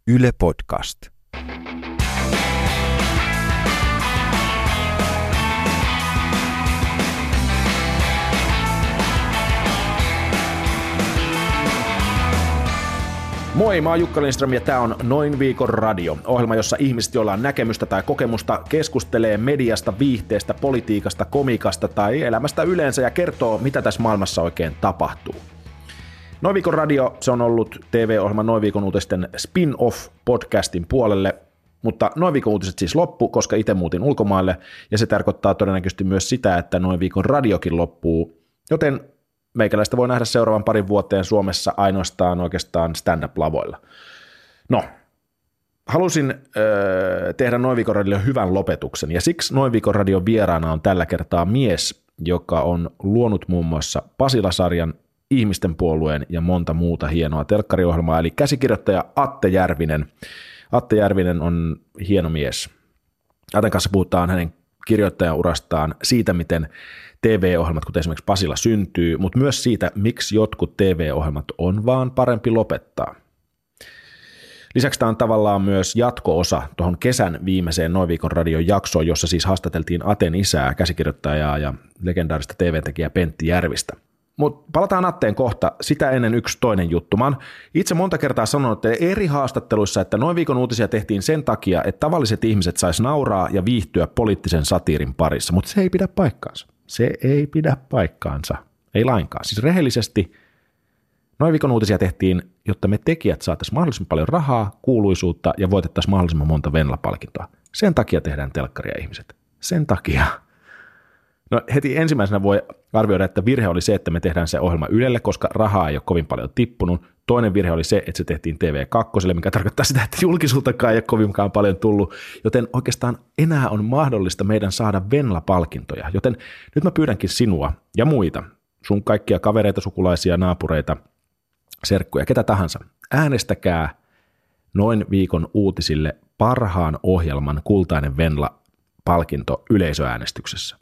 Yle Podcast. Moi, mä oon Jukka Lindström ja tää on Noin viikon radio. Ohjelma, jossa ihmiset, joilla on näkemystä tai kokemusta, keskustelee mediasta, viihteestä, politiikasta, komiikasta tai elämästä yleensä ja kertoo, mitä tässä maailmassa oikein tapahtuu. Noin viikon radio, se on ollut TV-ohjelma Noin viikon uutisten spin-off-podcastin puolelle, mutta Noin viikon uutiset siis loppu, koska itse muutin ulkomaille, ja se tarkoittaa todennäköisesti myös sitä, että Noin viikon radiokin loppuu, joten meikäläistä voi nähdä seuraavan parin vuoteen Suomessa ainoastaan oikeastaan stand-up-lavoilla. No, halusin tehdä Noin viikon radiolle hyvän lopetuksen, ja siksi Noin viikon radion vieraana on tällä kertaa mies, joka on luonut muun muassa Pasila-sarjan, Ihmisten puolueen ja monta muuta hienoa telkkariohjelmaa, eli käsikirjoittaja Atte Järvinen. Atte Järvinen on hieno mies. Aten kanssa puhutaan hänen kirjoittajan urastaan, siitä miten TV-ohjelmat, kuten esimerkiksi Pasila, syntyy, mutta myös siitä, miksi jotkut TV-ohjelmat on vaan parempi lopettaa. Lisäksi tämä on tavallaan myös jatko-osa tuohon kesän viimeiseen Noin viikon radion jaksoon, jossa siis haastateltiin Aten isää, käsikirjoittajaa ja legendaarista TV-tekijää Pentti Järvistä. Mutta palataan Atteen kohta, sitä ennen yksi toinen juttu. Mä oon itse monta kertaa sanonut eri haastatteluissa, että Noin viikon uutisia tehtiin sen takia, että tavalliset ihmiset sais nauraa ja viihtyä poliittisen satiirin parissa, mutta se ei pidä paikkaansa. Se ei pidä paikkaansa, ei lainkaan. Siis rehellisesti Noin viikon uutisia tehtiin, jotta me tekijät saataisiin mahdollisimman paljon rahaa, kuuluisuutta ja voitettaisiin mahdollisimman monta Venla-palkintoa. Sen takia tehdään telkkaria ihmiset. Sen takia. No heti ensimmäisenä voi arvioida, että virhe oli se, että me tehdään se ohjelma Ylelle, koska rahaa ei ole kovin paljon tippunut. Toinen virhe oli se, että se tehtiin TV2, mikä tarkoittaa sitä, että julkisuuttakaan ei ole kovinkaan paljon tullut, joten oikeastaan enää on mahdollista meidän saada Venla-palkintoja. Joten nyt mä pyydänkin sinua ja muita, sun kaikkia kavereita, sukulaisia, naapureita, serkkuja, ketä tahansa, äänestäkää Noin viikon uutisille parhaan ohjelman kultainen Venla-palkinto yleisöäänestyksessä.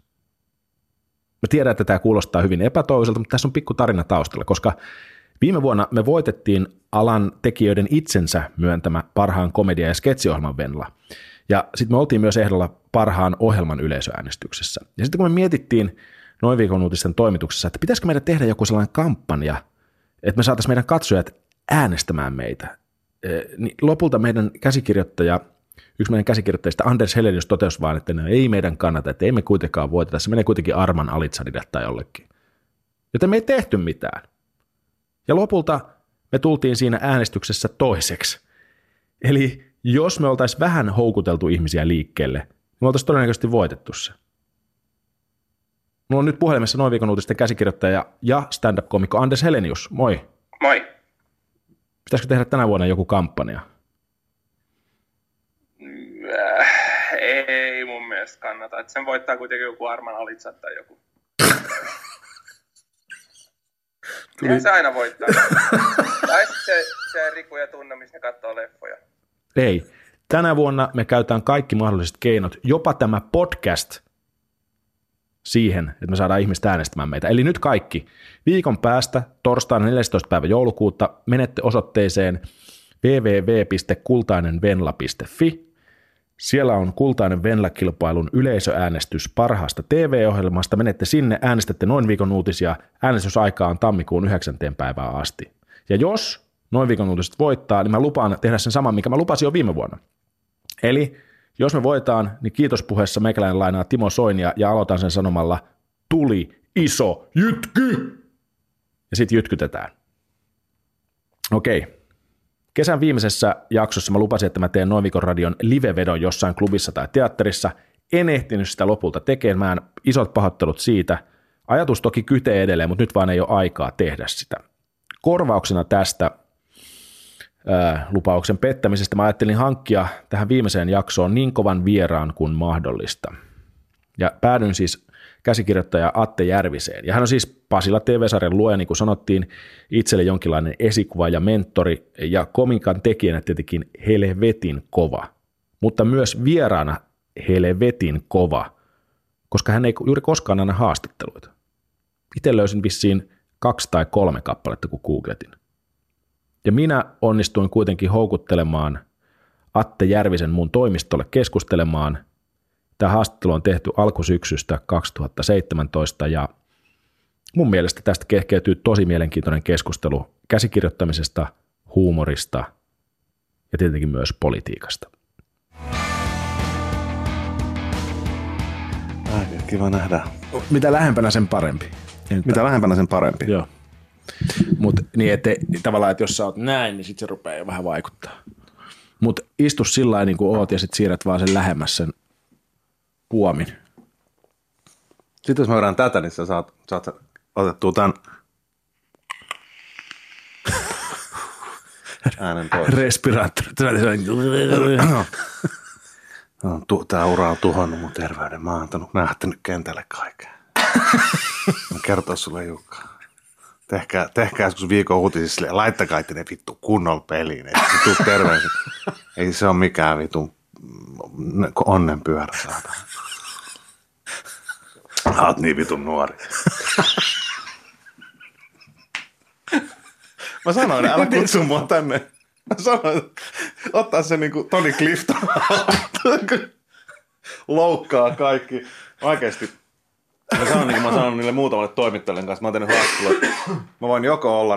Mä tiedän, että tämä kuulostaa hyvin epätoivoiselta, mutta tässä on pikku tarina taustalla, koska viime vuonna me voitettiin alan tekijöiden itsensä myöntämä parhaan komedia- ja sketsiohjelman Venla. Ja sitten me oltiin myös ehdolla parhaan ohjelman yleisöäänestyksessä. Ja sitten kun me mietittiin Noin viikon uutisten toimituksessa, että pitäisikö meidän tehdä joku sellainen kampanja, että me saataisiin meidän katsojat äänestämään meitä, niin lopulta meidän käsikirjoittaja, yksi meidän käsikirjoittajista, Anders Helenius, totesi vaan, että ei meidän kannata, että ei me kuitenkaan voiteta, se menee kuitenkin Arman Alitsadille tai jollekin. Joten me ei tehty mitään. Ja lopulta me tultiin siinä äänestyksessä toiseksi. Eli jos me oltaisiin vähän houkuteltu ihmisiä liikkeelle, me oltaisiin todennäköisesti voitettu se. Mulla on nyt puhelimessa Noin viikon uutisten käsikirjoittaja ja stand-up-komikko Anders Helenius. Moi. Moi. Pitäisikö tehdä tänä vuonna joku kampanja? Ei mun mielestä kannata. Että sen voittaa kuitenkin joku Arman Alitsat tai joku. Eihän se aina voittaa. Tai se Riku ja Tunna, missä ne katsoo leffoja. Ei. Tänä vuonna me käytetään kaikki mahdolliset keinot, jopa tämä podcast, siihen, että me saadaan ihmistä äänestämään meitä. Eli nyt kaikki. Viikon päästä, torstaina 14. päivä joulukuuta, menette osoitteeseen www.kultainenvenla.fi. Siellä on Kultainen Venla-kilpailun yleisöäänestys parhaasta TV-ohjelmasta. Menette sinne, äänestätte Noin viikon uutisia. Äänestysaika on tammikuun 9. päivään asti. Ja jos Noin viikon uutiset voittaa, niin mä lupaan tehdä sen saman, mikä mä lupasin jo viime vuonna. Eli jos me voitaan, niin kiitospuheessa meikäläinen lainaa Timo Soinia ja aloitan sen sanomalla tuli iso jytky. Ja sitten jytkytetään. Okei. Kesän viimeisessä jaksossa mä lupasin, että mä teen Noin viikon radion livevedon jossain klubissa tai teatterissa. En ehtinyt sitä lopulta tekemään. Isot pahoittelut siitä. Ajatus toki kytee edelleen, mutta nyt vaan ei ole aikaa tehdä sitä. Korvauksena tästä lupauksen pettämisestä mä ajattelin hankkia tähän viimeiseen jaksoon niin kovan vieraan kuin mahdollista. Ja päädyin siis käsikirjoittaja Atte Järviseen. Ja hän on siis Pasila TV-sarjan luoja, niin kuin sanottiin, itselle jonkinlainen esikuva ja mentori, ja komikan tekijänä tietenkin helvetin kova, mutta myös vieraana helvetin kova, koska hän ei juuri koskaan anna haastatteluita. Itse löysin vissiin 2 tai 3 kappaletta, kun googletin. Ja minä onnistuin kuitenkin houkuttelemaan Atte Järvisen mun toimistolle keskustelemaan. Tämä haastattelu on tehty alkusyksystä 2017 ja mun mielestä tästä kehkeytyy tosi mielenkiintoinen keskustelu käsikirjoittamisesta, huumorista ja tietenkin myös politiikasta. Kiva nähdä. Mitä lähempänä sen parempi. Mitä lähempänä sen parempi. Joo. Mutta niin, että tavallaan, että jos sä oot näin, niin sit se rupeaa jo vähän vaikuttaa. Mutta istu sillä lailla niin kuin oot ja sit siirrät vaan sen lähemmäs sen puomin. Sitten jos mä vedän tätä, niin sä saat otettua tämän äänen pois. Respiraattori. Tää ura on tuhonnut mun terveyden. Mä oon nähtänyt kentälle kaiken. Mä kertoo sulle, Jukka. Tehkää joskus viikon uutisissa silleen, laittakaa ne vittu kunnolla peliin. Ei se tuu terveys. Ei se ole mikään vittu onnenpyörä, saatana. Oot niin vitun nuori. Mä sanoin, älä kutsu mua tänne. Mä sanoin, ottaa se niinku Tony Clifton. Loukkaa kaikki. Oikeesti. Mä sanon niille muutamalle toimittajille kanssa. Mä oon tehnyt haastattelua. Mä voin joko olla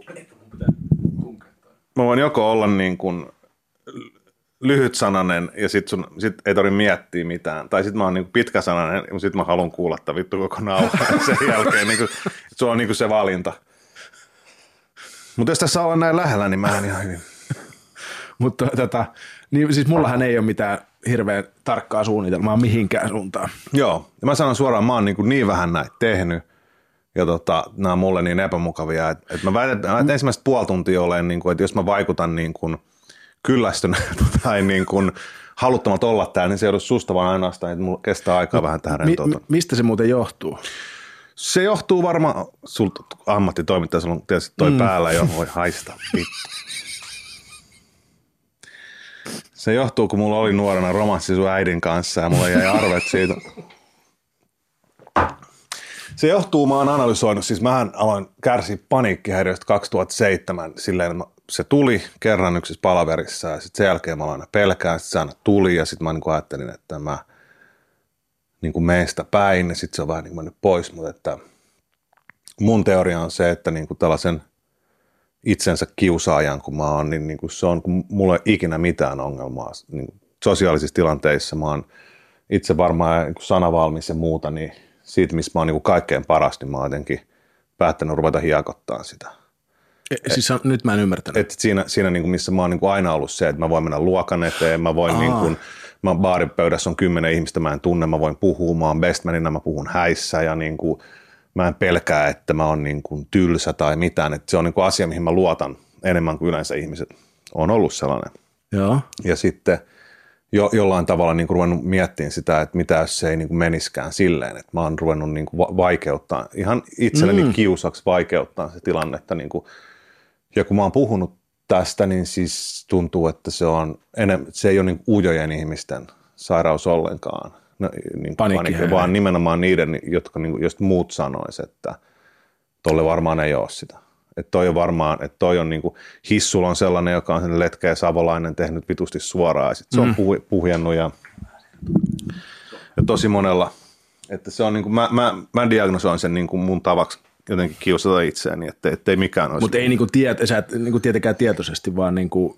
niinku lyhytsanainen ja sit ei tarvitse miettiä mitään. Tai sit mä oon niinku pitkäsanainen ja sit mä haluan kuulla tämän vittu koko nauhan. Sen jälkeen niinku, se on niinku se valinta. Mutta jos tässä ollaan näin lähellä, niin mä en ihan hyvin. Mutta niin siis mullahan ei ole mitään hirveän tarkkaa suunnitelmaa mihinkään suuntaan. Joo, ja mä sanon suoraan, mä oon niin vähän näitä tehnyt, ja nämä on mulle niin epämukavia, että mä väitän ensimmäistä puoli tuntia olen, niin kuin, että jos mä vaikutan niin kuin kyllästyneeltä tai niin kuin haluttomat olla täällä, niin se joudut susta vaan ainoastaan, että mulla kestää aikaa vähän tähän rentoutua. Mistä se muuten johtuu? Se johtuu varmaan, sulta ammattitoimittaja, sulla on tietysti toi päällä jo, voi haista vittu. Se johtuu, kun mulla oli nuorena romanssi sun äidin kanssa ja mulla jäi arvet siitä. Se johtuu, mä oon analysoinut, siis mähän aloin kärsiä paniikkihäiriöstä 2007 silleen, että se tuli kerran yksissä palaverissa ja sitten sen jälkeen mä aloin pelkään, sitten se aina tuli ja sitten mä niin ajattelin, että mä niin menen sitä päin ja sitten se on vähän niin mennyt pois, mutta että mun teoria on se, että niin tällaisen itsensä kiusaajan, kun mä oon, niin se on, kun mulla ei ikinä mitään ongelmaa. Niin sosiaalisissa tilanteissa mä oon itse varmaan niin sanavalmis ja muuta, niin siitä, missä mä oon niin kaikkein paras, niin mä oon jotenkin päättänyt ruveta hiekottaa sitä. Siis nyt mä en ymmärtänyt. Että siinä niin kuin, missä mä oon niin kuin aina ollut se, että mä voin mennä luokan eteen, mä voin niin kuin, mä baaripöydässä on 10 ihmistä, mä en tunne, mä voin puhua, mä oon bestmanina, mä puhun häissä ja niin kuin, mä en pelkää, että mä oon niin kuin tylsä tai mitään, että se on niin kuin asia, mihin mä luotan enemmän kuin yleensä ihmiset. On ollut sellainen. Joo. Ja sitten jollain tavalla niin kuin ruvennut miettimään sitä, että mitä jos se ei niin kuin meniskään silleen, että mä oon ruvennut niin kuin vaikeuttaa, ihan itselleni kiusaksi vaikeuttaa se tilannetta. Niin kuin, ja kun mä oon puhunut tästä, niin siis tuntuu, että se ei ole niin kuin ujojen ihmisten sairaus ollenkaan. Niin panikki, vaan nimenomaan niiden, jotka niin jos muut sanois, että tolle varmaan ei ole sitä. Että toi on varmaan, että toi on niin kuin, Hissulla on sellainen, joka on sen letkeä savolainen tehnyt vitusti suoraan ja sitten se on puhjennut ja tosi monella, että se on niin kuin, mä diagnosoin sen niin kuin mun tavaksi jotenkin kiusata itseäni, ettei mikään olisi. Mutta ei niin sä et niin tietenkään tietoisesti, vaan niin kuin,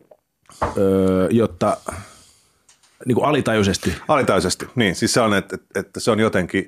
jotta niin kuin alitajuisesti. Alitajuisesti, niin. Siis se on, että se on jotenkin,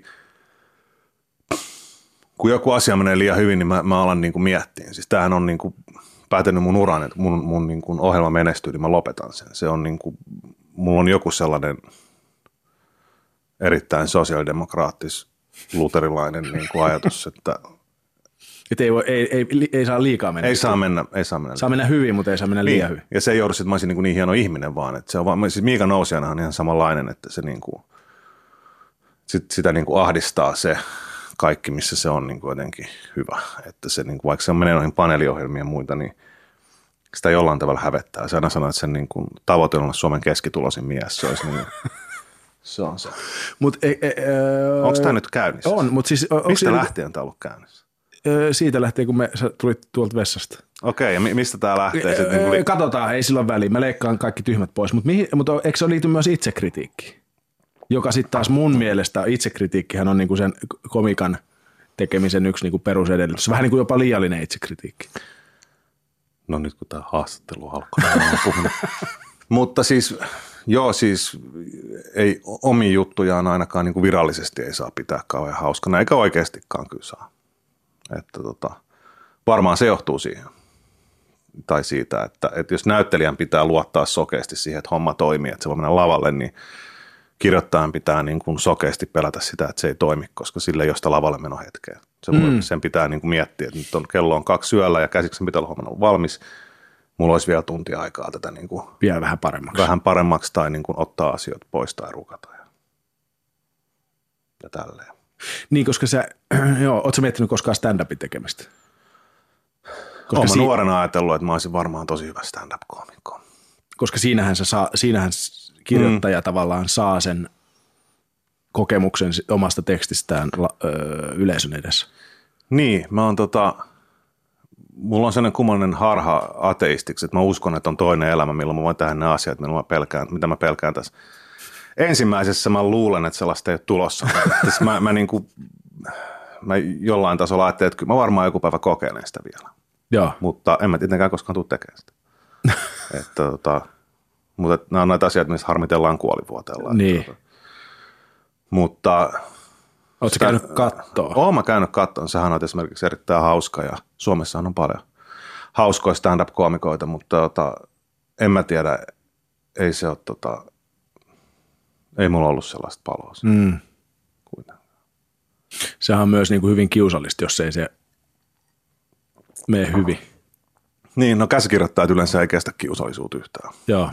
kun joku asia menee liian hyvin, niin mä alan niin kuin miettiä. Siis tämähän on niin kuin päätänyt mun uran, että mun niin kuin ohjelma menestyy, niin mä lopetan sen. Se on niin kuin, mulla on joku sellainen erittäin sosiaalidemokraattis luterilainen niin kuin ajatus, että että ei saa liikaa mennä. Ei saa mennä. Saa mennä hyvin, mutta ei saa mennä liian hyvin. Ja se ei joudu, että mä olisin niin hieno ihminen, vaan että se on vaan, siis Miika Nousijana on ihan samanlainen, että se niin kuin, sitä niin kuin ahdistaa se kaikki, missä se on niin kuin jotenkin hyvä. Että se, niin kuin, vaikka se on menee noihin paneeliohjelmiin ja muita, niin sitä jollain tavalla hävettää. Se aina sanoo, että sen niin kuin, tavoite on olla Suomen keskituloisin mies. Se olisi niin, se on se. Onko tämä nyt käynnissä? On, mutta siis... Mistä lähtien tämä on ollut käynnissä? siitä lähtien, kun sä tulit tuolta vessasta. Okei, ja mistä tää lähtee sitten? Katsotaan, ei sillä ole väliä. Mä leikkaan kaikki tyhmät pois. Mutta eikö se liity myös itsekritiikkiin? Joka sitten taas mun mielestä itsekritiikkihän on niinku sen komikan tekemisen yksi niinku perusedellytys. Vähän niin kuin jopa liiallinen itsekritiikki. No nyt kun tämä haastattelu alkoi, niin puhunut. Mutta siis, ei omia juttujaan ainakaan niin kuin virallisesti ei saa pitää kauhean hauskana, eikä oikeastikaan kyllä saa. Että varmaan se johtuu siihen. Tai siitä, että jos näyttelijän pitää luottaa sokeasti siihen, että homma toimii, että se voi mennä lavalle, niin kirjoittajan pitää niin kuin sokeasti pelätä sitä, että se ei toimi, koska sille ei ole sitä lavalle meno hetkeä. Sen pitää niin kuin miettiä, että nyt kello on 2 yöllä ja käsiksen pitää olla huomenna valmis. Mulla olisi vielä tuntia aikaa tätä niin kuin vielä vähän paremmaksi tai niin kuin ottaa asioita pois tai rukata ja tälleen. Niin, koska ootko miettinyt koskaan stand-upin tekemistä? Olen nuorena ajatellut, että mä olisin varmaan tosi hyvä stand-up-koomikko. Koska siinähän kirjoittaja tavallaan saa sen kokemuksen omasta tekstistään yleisön edessä. Niin, mulla on sellainen kummallinen harha ateistiksi, että mä uskon, että on toinen elämä, milloin mä voin tehdä ne asiat, mitä mä pelkään tässä. Ensimmäisessä mä luulen, että sellaista ei ole tulossa. Mä jollain tasolla ajattelin, että mä varmaan joku päivä kokeilen sitä vielä. Joo. Mutta en mä tietenkään koskaan tule tekemään sitä. Mutta nämä on näitä asioita, missä harmitellaan kuolivuoteella. Niin. Mutta ootko käynyt kattoo? Oon mä käynyt kattoon. Sehän on esimerkiksi erittäin hauska ja Suomessahan on paljon hauskoja stand-up-koomikoita, mutta en mä tiedä, ei se ole ei mulla ollut sellaista paloa. Sehän on myös niin kuin hyvin kiusallista, jos ei se mene hyvin. Niin, no käsikirjoittajat yleensä ei kestä kiusallisuutta yhtään. Joo.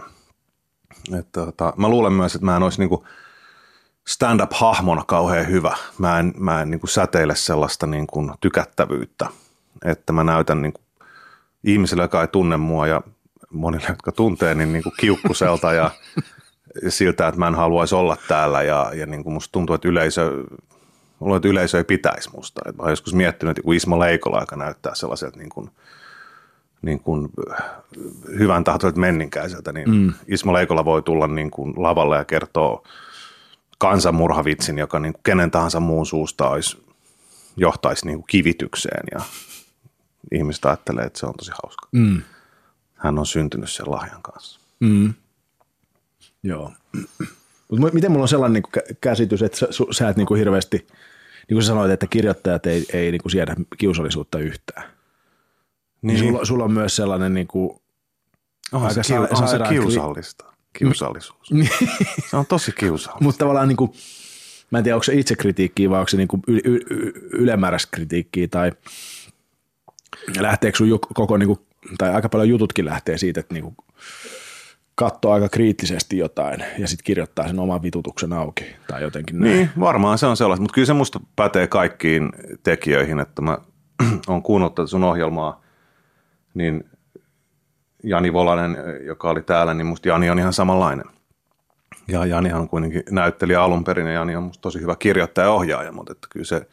Mä luulen myös, että mä en olisi niinku stand-up-hahmona kauhean hyvä. Mä en niinku säteile sellaista niinku tykättävyyttä, että mä näytän niinku ihmisille, joka ei tunne mua ja monille, jotka tuntee, niin niinku kiukkuselta ja siltä, että mä en haluaisi olla täällä ja niinku musta tuntuu, että yleisö ei pitäisi musta. Mä oon joskus miettinyt, että kun Ismo Leikola, joka näyttää sellaiselta niin kuin hyvän tahtoiselta menninkäiseltä, niin Ismo Leikola voi tulla niin kuin lavalle ja kertoo kansanmurhavitsin, joka niin kuin kenen tahansa muun suusta johtaisi niin kuin kivitykseen ja ihmiset ajattelee, että se on tosi hauska. Hän on syntynyt sen lahjan kanssa. Joo. Mutta miten mulla on sellainen niin käsitys, että sä et niin kuin hirveästi, niin kuin sä sanoit, että kirjoittajat ei niin kuin siedä kiusallisuutta yhtään. Niin. Sulla on myös sellainen niin kuin onhan se kiusallista. Kiusallisuus. Se on tosi kiusallista. Mutta tavallaan niin kuin, mä en tiedä, onko se itsekritiikkiä vai onko se niin kuin ylimääräistä kritiikkiä tai lähteekö sun koko, niin kuin, tai aika paljon jututkin lähtee siitä, että niin kuin katsoo aika kriittisesti jotain ja sitten kirjoittaa sen oman vitutuksen auki tai jotenkin näin. Niin, varmaan se on sellaista, mutta kyllä se musta pätee kaikkiin tekijöihin, että mä oon kuunnellut tätä sun ohjelmaa, niin Jani Volanen, joka oli täällä, niin musta Jani on ihan samanlainen. Ja Janihan on kuitenkin näyttelijä alun perin ja Jani on musta tosi hyvä kirjoittaja ja ohjaaja, mutta että kyllä se,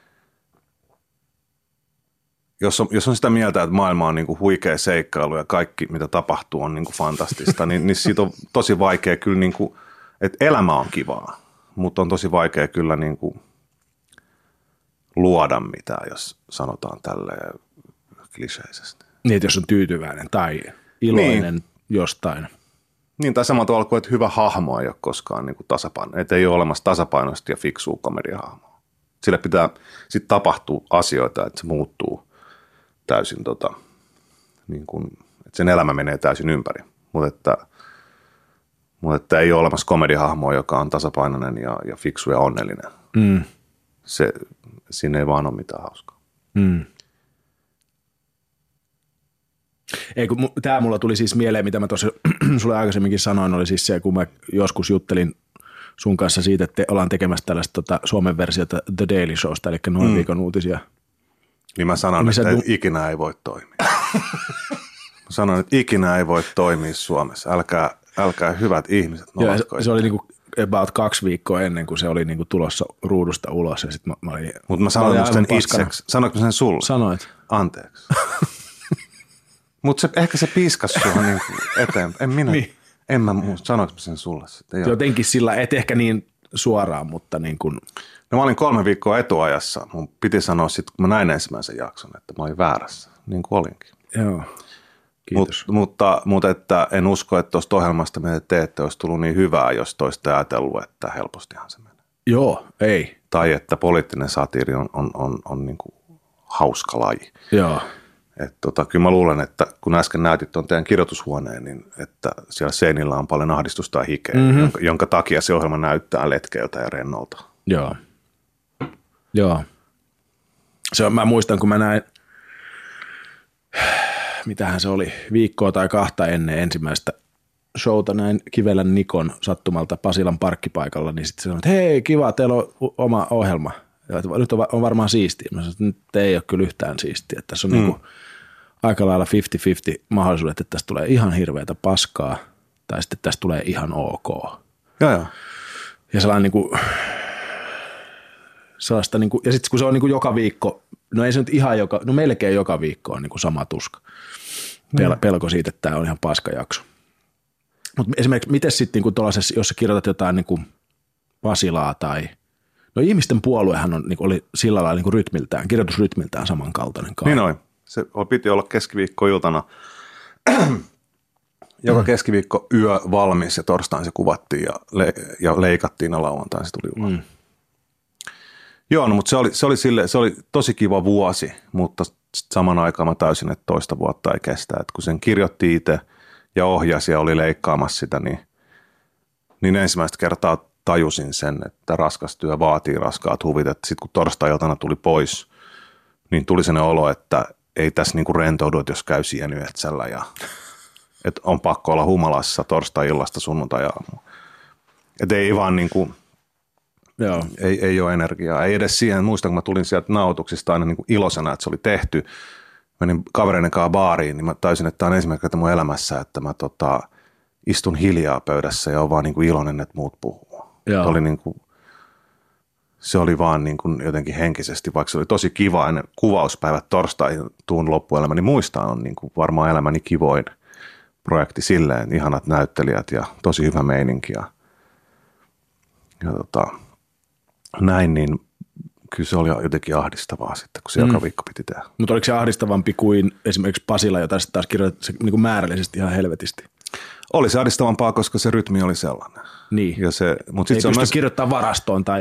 jos on sitä mieltä, että maailma on niin kuin huikea seikkailu ja kaikki, mitä tapahtuu, on niin kuin fantastista, niin siitä on tosi vaikea kyllä, niin kuin, että elämä on kivaa, mutta on tosi vaikea kyllä niin kuin luoda mitään, jos sanotaan tälleen kliseisesti. Niin, että jos on tyytyväinen tai iloinen jostain. Niin, tai samalla tavalla kuin, että hyvä hahmo ei ole koskaan niin kuin tasapaino. Että ei ole olemassa tasapainoista ja fiksua komediahahmoa. Sille pitää sitten tapahtua asioita, että se muuttuu täysin, niin kuin, että sen elämä menee täysin ympäri. Mutta että ei ole olemassa komediahahmoa, joka on tasapainoinen ja fiksu ja onnellinen. Siinä ei vaan ole mitään hauskaa. Ei, kun tämä mulla tuli siis mieleen, mitä mä tuossa sulle aikaisemminkin sanoin, oli siis se, kun mä joskus juttelin sun kanssa siitä, että ollaan tekemässä tällaista Suomen versiota The Daily Showsta, eli Noin viikon uutisia. Niin mä sanon, että ikinä ei voi toimia. Mä sanon, että ikinä ei voi toimia Suomessa. Älkää hyvät ihmiset. Joo, se oli niinku, about 2 viikkoa ennen kuin se oli niinku tulossa ruudusta ulos. Ja sit mä olin, mutta mä sanoin sen itseksi. Sanoinko sen sulle? Sanoit. Anteeksi. Mutta ehkä se piiskas sua niin eteen. En minä. Niin. En mä sanoinko sen sulle sitten. Jotenkin sillä, et ehkä niin suoraan, mutta niin kuin. No mä olin 3 viikkoa etuajassa. Mun piti sanoa sitten, kun mä näin ensimmäisen jakson, että mä olin väärässä. Niin kuin olinkin. Joo. Kiitos. Mutta että en usko, että tuosta ohjelmasta, mitä teette, olisi tullut niin hyvää, jos toista ajatellut, että helpostihan se menee. Joo, ei. Tai että poliittinen satiiri on niin kuin hauska laji. Joo. Kyllä mä luulen, että kun äsken näytit tuon teidän kirjoitushuoneen, niin että siellä seinillä on paljon ahdistusta ja hikeä, jonka takia se ohjelma näyttää letkeältä ja rennolta. Joo. Joo. Mä muistan, kun mä näin, mitähän se oli, viikkoa tai 2 ennen ensimmäistä showta näin Kivelän Nikon sattumalta Pasilan parkkipaikalla, niin sitten sanoin, että hei, kiva, teillä on oma ohjelma. Ja nyt on varmaan siistiä. Mä sanoin, että nyt ei ole kyllä yhtään siistiä. Että tässä on niinku aika lailla 50-50 mahdollisuudet, että tästä tulee ihan hirveätä paskaa tai sitten tästä tulee ihan ok. Joo. Ja sellaista niinku, ja sitten kun se on niinku joka viikko, no ei se nyt ihan melkein joka viikko on niinku sama tuska. Pelko siitä, että tämä on ihan paskajakso. Mutta esimerkiksi miten sitten niinku tuollaisessa, jos sä kirjoitat jotain niinku Pasilaa tai no ihmisten puoluehan on, niin oli sillä lailla niin rytmiltään, kirjoitusrytmiltään samankaltainen kai. Niin oli. Se piti olla keskiviikkoiltana. Joka keskiviikko yö valmis ja torstain se kuvattiin ja leikattiin ja lauantain se tuli ulos. Joo, no, mutta se oli tosi kiva vuosi, mutta saman aikaan mä täysin, että 2 vuotta ei kestä. Et kun sen kirjoitti itse ja ohjasi ja oli leikkaamassa sitä, niin ensimmäistä kertaa tajusin sen, että raskas työ vaatii raskaat huvit. Sitten kun torstai-iltana tuli pois, niin tuli sellainen olo, että ei tässä niinku rentoudu, että jos käy Sienietsällä ja että on pakko olla humalassa torstai-illasta sunnuntai-aamuun. Että ei vaan niinku, ei ole energiaa. Ei edes siihen, muistan kun mä tulin sieltä nauhoituksista aina niinku iloisena, että se oli tehty. Menin kavereiden kanssa baariin, niin mä taisin, että tämä on ensimmäinen kerta mun elämässä, että mä istun hiljaa pöydässä ja on vaan niinku iloinen, että muut puhuu. Se oli vaan niin kuin jotenkin henkisesti, vaikka se oli tosi kiva ennen kuvauspäivät torstai tuun loppuelämäni muistaa, on niin kuin varmaan elämäni kivoin projekti silleen, ihanat näyttelijät ja tosi hyvä meininki ja näin, niin kyllä se oli jotenkin ahdistavaa sitten, kun se joka viikko piti tehdä. Mutta oliko se ahdistavampi kuin esimerkiksi Pasila, jota sitten taas kirjoitat niin kuin määrällisesti ihan helvetisti? Oli se ahdistavampaa, koska se rytmi oli sellainen. Niin. Ja mutta ei pysty kirjoittamaan varastoon tai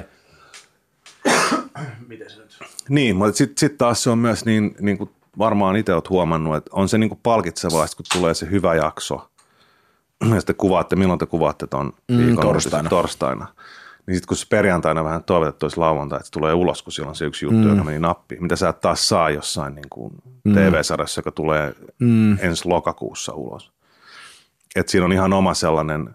miten se nyt? Niin, mutta sitten taas se on myös niin kuin varmaan itse olet huomannut, että on se niin kuin palkitsevaa, kun tulee se hyvä jakso. Ja sitten kuvaatte, milloin te kuvaatte ton viikon torstaina. Niin sitten kun se perjantaina vähän toivotettu olisi lauantai, että se tulee ulos, kun siellä on se yksi juttu, joka meni nappiin. Mitä sä et taas saa jossain niin kuin TV-sarjassa, joka tulee ensi lokakuussa ulos. Että siinä on ihan oma sellainen,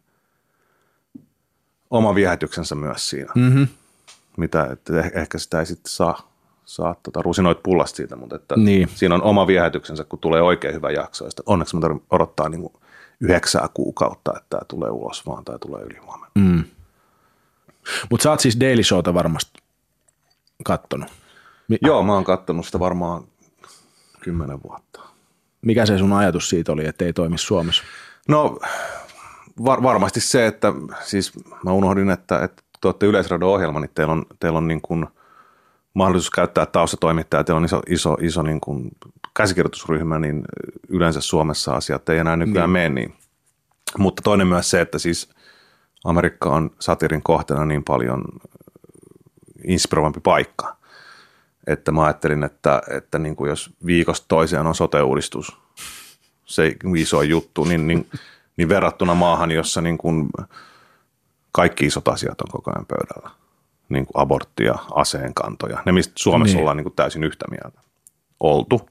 oma viehätyksensä myös siinä. Mitä, että ehkä sitä ei sitten saa rusinoit pullasta siitä, mutta että siinä on oma viehätyksensä, kun tulee oikein hyvä jakso. Ja onneksi mä tarvitsen odottaa niin kuin 9 kuukautta, että tämä tulee ulos vaan tai tulee yli huomenna. Mutta sä oot siis Daily Showta varmasti kattonut. Joo, mä oon kattonut sitä varmaan 10 vuotta. Mikä se sun ajatus siitä oli, että ei toimi Suomessa? No varmasti se, että siis mä unohdin, että te olette Yleisradio-ohjelma, niin teillä on niin kuin mahdollisuus käyttää taustatoimittajaa, teillä on iso niin kuin käsikirjoitusryhmä, niin yleensä Suomessa asiat ei enää nykyään mene niin. Mutta toinen myös se, että siis Amerikka on satiirin kohteena niin paljon inspiroivampi paikka, että mä ajattelin, että niin kuin jos viikosta toiseen on sote-uudistus, se iso juttu, niin verrattuna maahan, jossa niin kuin kaikki isot asiat on koko ajan pöydällä, niin kuin abortti ja aseenkantoja, ne mistä Suomessa ollaan niin kuin täysin yhtä mieltä oltu,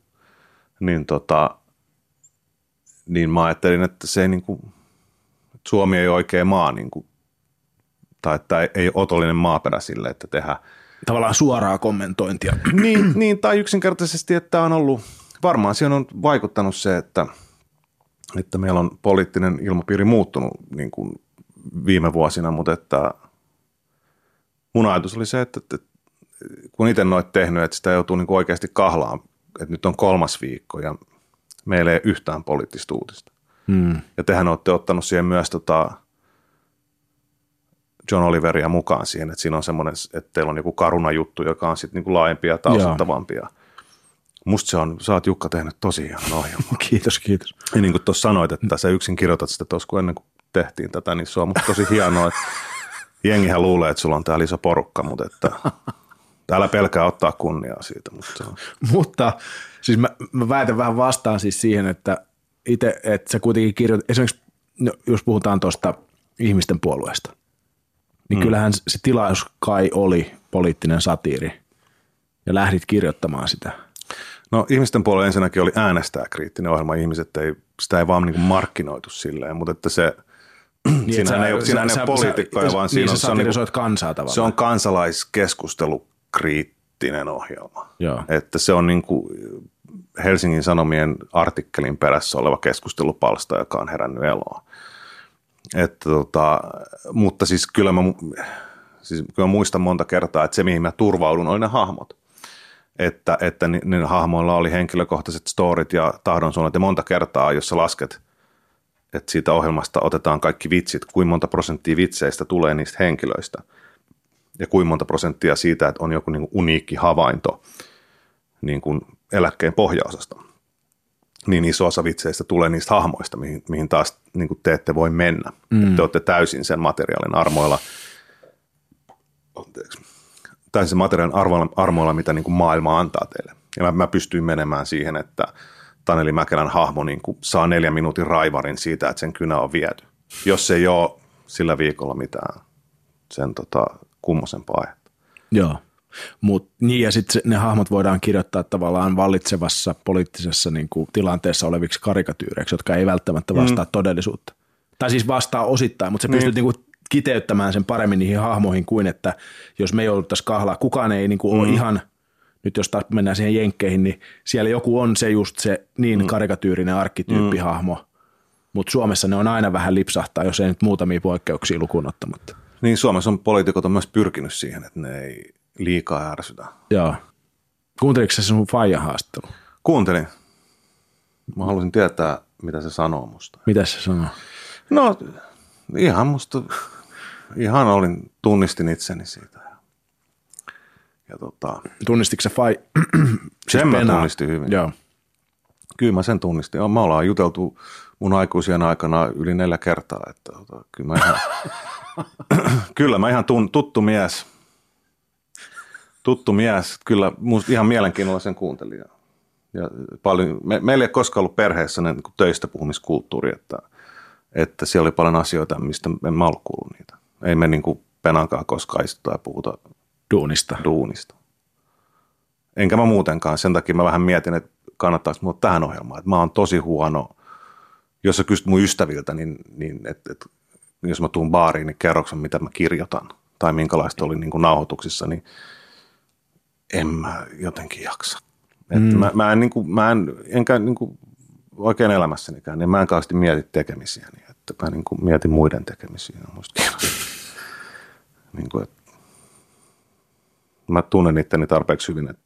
niin mä ajattelin, että se ei niin kuin, Suomi ei ole oikea maa, niin kuin, tai että ei ole otollinen maaperä sille, että tehdään tavallaan suoraa kommentointia. Niin, tai yksinkertaisesti, että on ollut, varmaan siihen on vaikuttanut se, että meillä on poliittinen ilmapiiri muuttunut niin kuin viime vuosina, mutta että mun ajatus oli se, että kun itse noit tehnyt, että sitä joutuu niin kuin oikeasti kahlaan, että nyt on 3. viikko ja meillä ei yhtään poliittista uutista. Ja tehän olette ottanut siihen myös John Oliveria mukaan siihen, että siinä on semmoinen, että teillä on joku Caruna-juttu, joka on sitten niin kuin laajempi ja taustattavampi. Musta sä oot Jukka tehnyt tosi hienon ohjelman. Kiitos. Ja niin kuin tuossa sanoit, että sä yksin kirjoitat sitä tuossa, kun ennen kuin tehtiin tätä, niin se on musta tosi hienoa, että jengihän luulee, että sulla on täällä iso porukka, mutta että täällä pelkää ottaa kunniaa siitä. Mutta siis mä väitän vähän vastaan siis siihen, että itse, että sä kuitenkin kirjoitat, esimerkiksi jos puhutaan tuosta ihmisten puolueesta, niin kyllähän se tilaus kai oli poliittinen satiiri ja lähdit kirjoittamaan sitä. No ihmisten puolella ensinnäkin oli äänestäjäkriittinen ohjelma. Sitä ei vaan niin kuin markkinoitu silleen, mutta että se, siinä ei ole poliitikkoja, vaan niin sä satirisoit kansaa tavallaan. Se on kansalaiskeskustelukriittinen ohjelma. Joo. Että se on niin kuin Helsingin Sanomien artikkelin perässä oleva keskustelupalsta, joka on herännyt eloon. Että mutta siis kyllä mä muistan monta kertaa, että se mihin mä turvaudun oli ne hahmot. Että niin hahmoilla oli henkilökohtaiset storit ja tahdonsuunnat ja monta kertaa, jos sä lasket, että siitä ohjelmasta otetaan kaikki vitsit, kuinka monta prosenttia vitseistä tulee niistä henkilöistä ja kuinka monta prosenttia siitä, että on joku niin kuin uniikki havainto niin kuin eläkkeen pohjaosasta. Niin iso osa vitseistä tulee niistä hahmoista, mihin taas niin kuin te ette voi mennä. Te olette täysin sen materiaalin armoilla. Täysin sen materiaalin armoilla, mitä niin kuin maailma antaa teille. Ja mä pystyin menemään siihen, että Taneli Mäkelän hahmo niin kuin saa 4 minuutin raivarin siitä, että sen kynä on viety. Jos ei ole sillä viikolla mitään sen kummosempaa aihetta. Joo. Niin ja sitten ne hahmot voidaan kirjoittaa tavallaan vallitsevassa poliittisessa niin kuin tilanteessa oleviksi karikatyyreiksi, jotka ei välttämättä vastaa todellisuutta. Tai siis vastaa osittain, mutta sä pystyt niin kuin kiteyttämään sen paremmin niihin hahmoihin kuin, että jos me jouduttaisiin kahlaa, kukaan ei niin kuin ole ihan, nyt jos taas mennään siihen jenkkeihin, niin siellä joku on se just se niin karikatyyrinen arkkityyppihahmo, mutta Suomessa ne on aina vähän lipsahtaa, jos ei nyt muutamia poikkeuksia lukuun ottamatta. Niin Suomessa poliitikot on myös pyrkinyt siihen, että ne ei liikaa ärsytä. Joo. Kuunteliko se sun faijan haastattelu? Kuuntelin. Mä halusin tietää, mitä se sanoo musta. Mitä se sanoo? No tunnistin itseni siitä. Tunnistitko se sen mä tunnistin hyvin. Joo. Kyllä mä sen tunnistin. Me ollaan juteltu mun aikuisien aikana yli 4 kertaa. Että, kyllä mä ihan tuttu mies. Kyllä musta ihan mielenkiinnolla sen kuuntelin. Ja paljon, meillä ei koskaan ollut perheessä niin töistä puhumiskulttuuri, että siellä oli paljon asioita, mistä en mä ollut kuullut niitä. Ei me niin kuin penankaan koskaan istuta ja puhuta duunista. Enkä mä muutenkaan. Sen takia mä vähän mietin, että kannattaisi mulla tähän ohjelmaan. Että mä oon tosi huono. Jos sä kysyt mun ystäviltä, niin että jos mä tuun baariin, niin kerroksen, mitä mä kirjoitan. Tai minkälaista oli niin kuin nauhoituksissa, niin en mä jotenkin jaksa. Että mä enkä niin kuin oikein elämässänikään, niin mä en kauheasti mieti tekemisiä. Niin että mä niin kuin mietin muiden tekemisiä. Niin kuin, että mä tunnen itteni tarpeeksi hyvin, että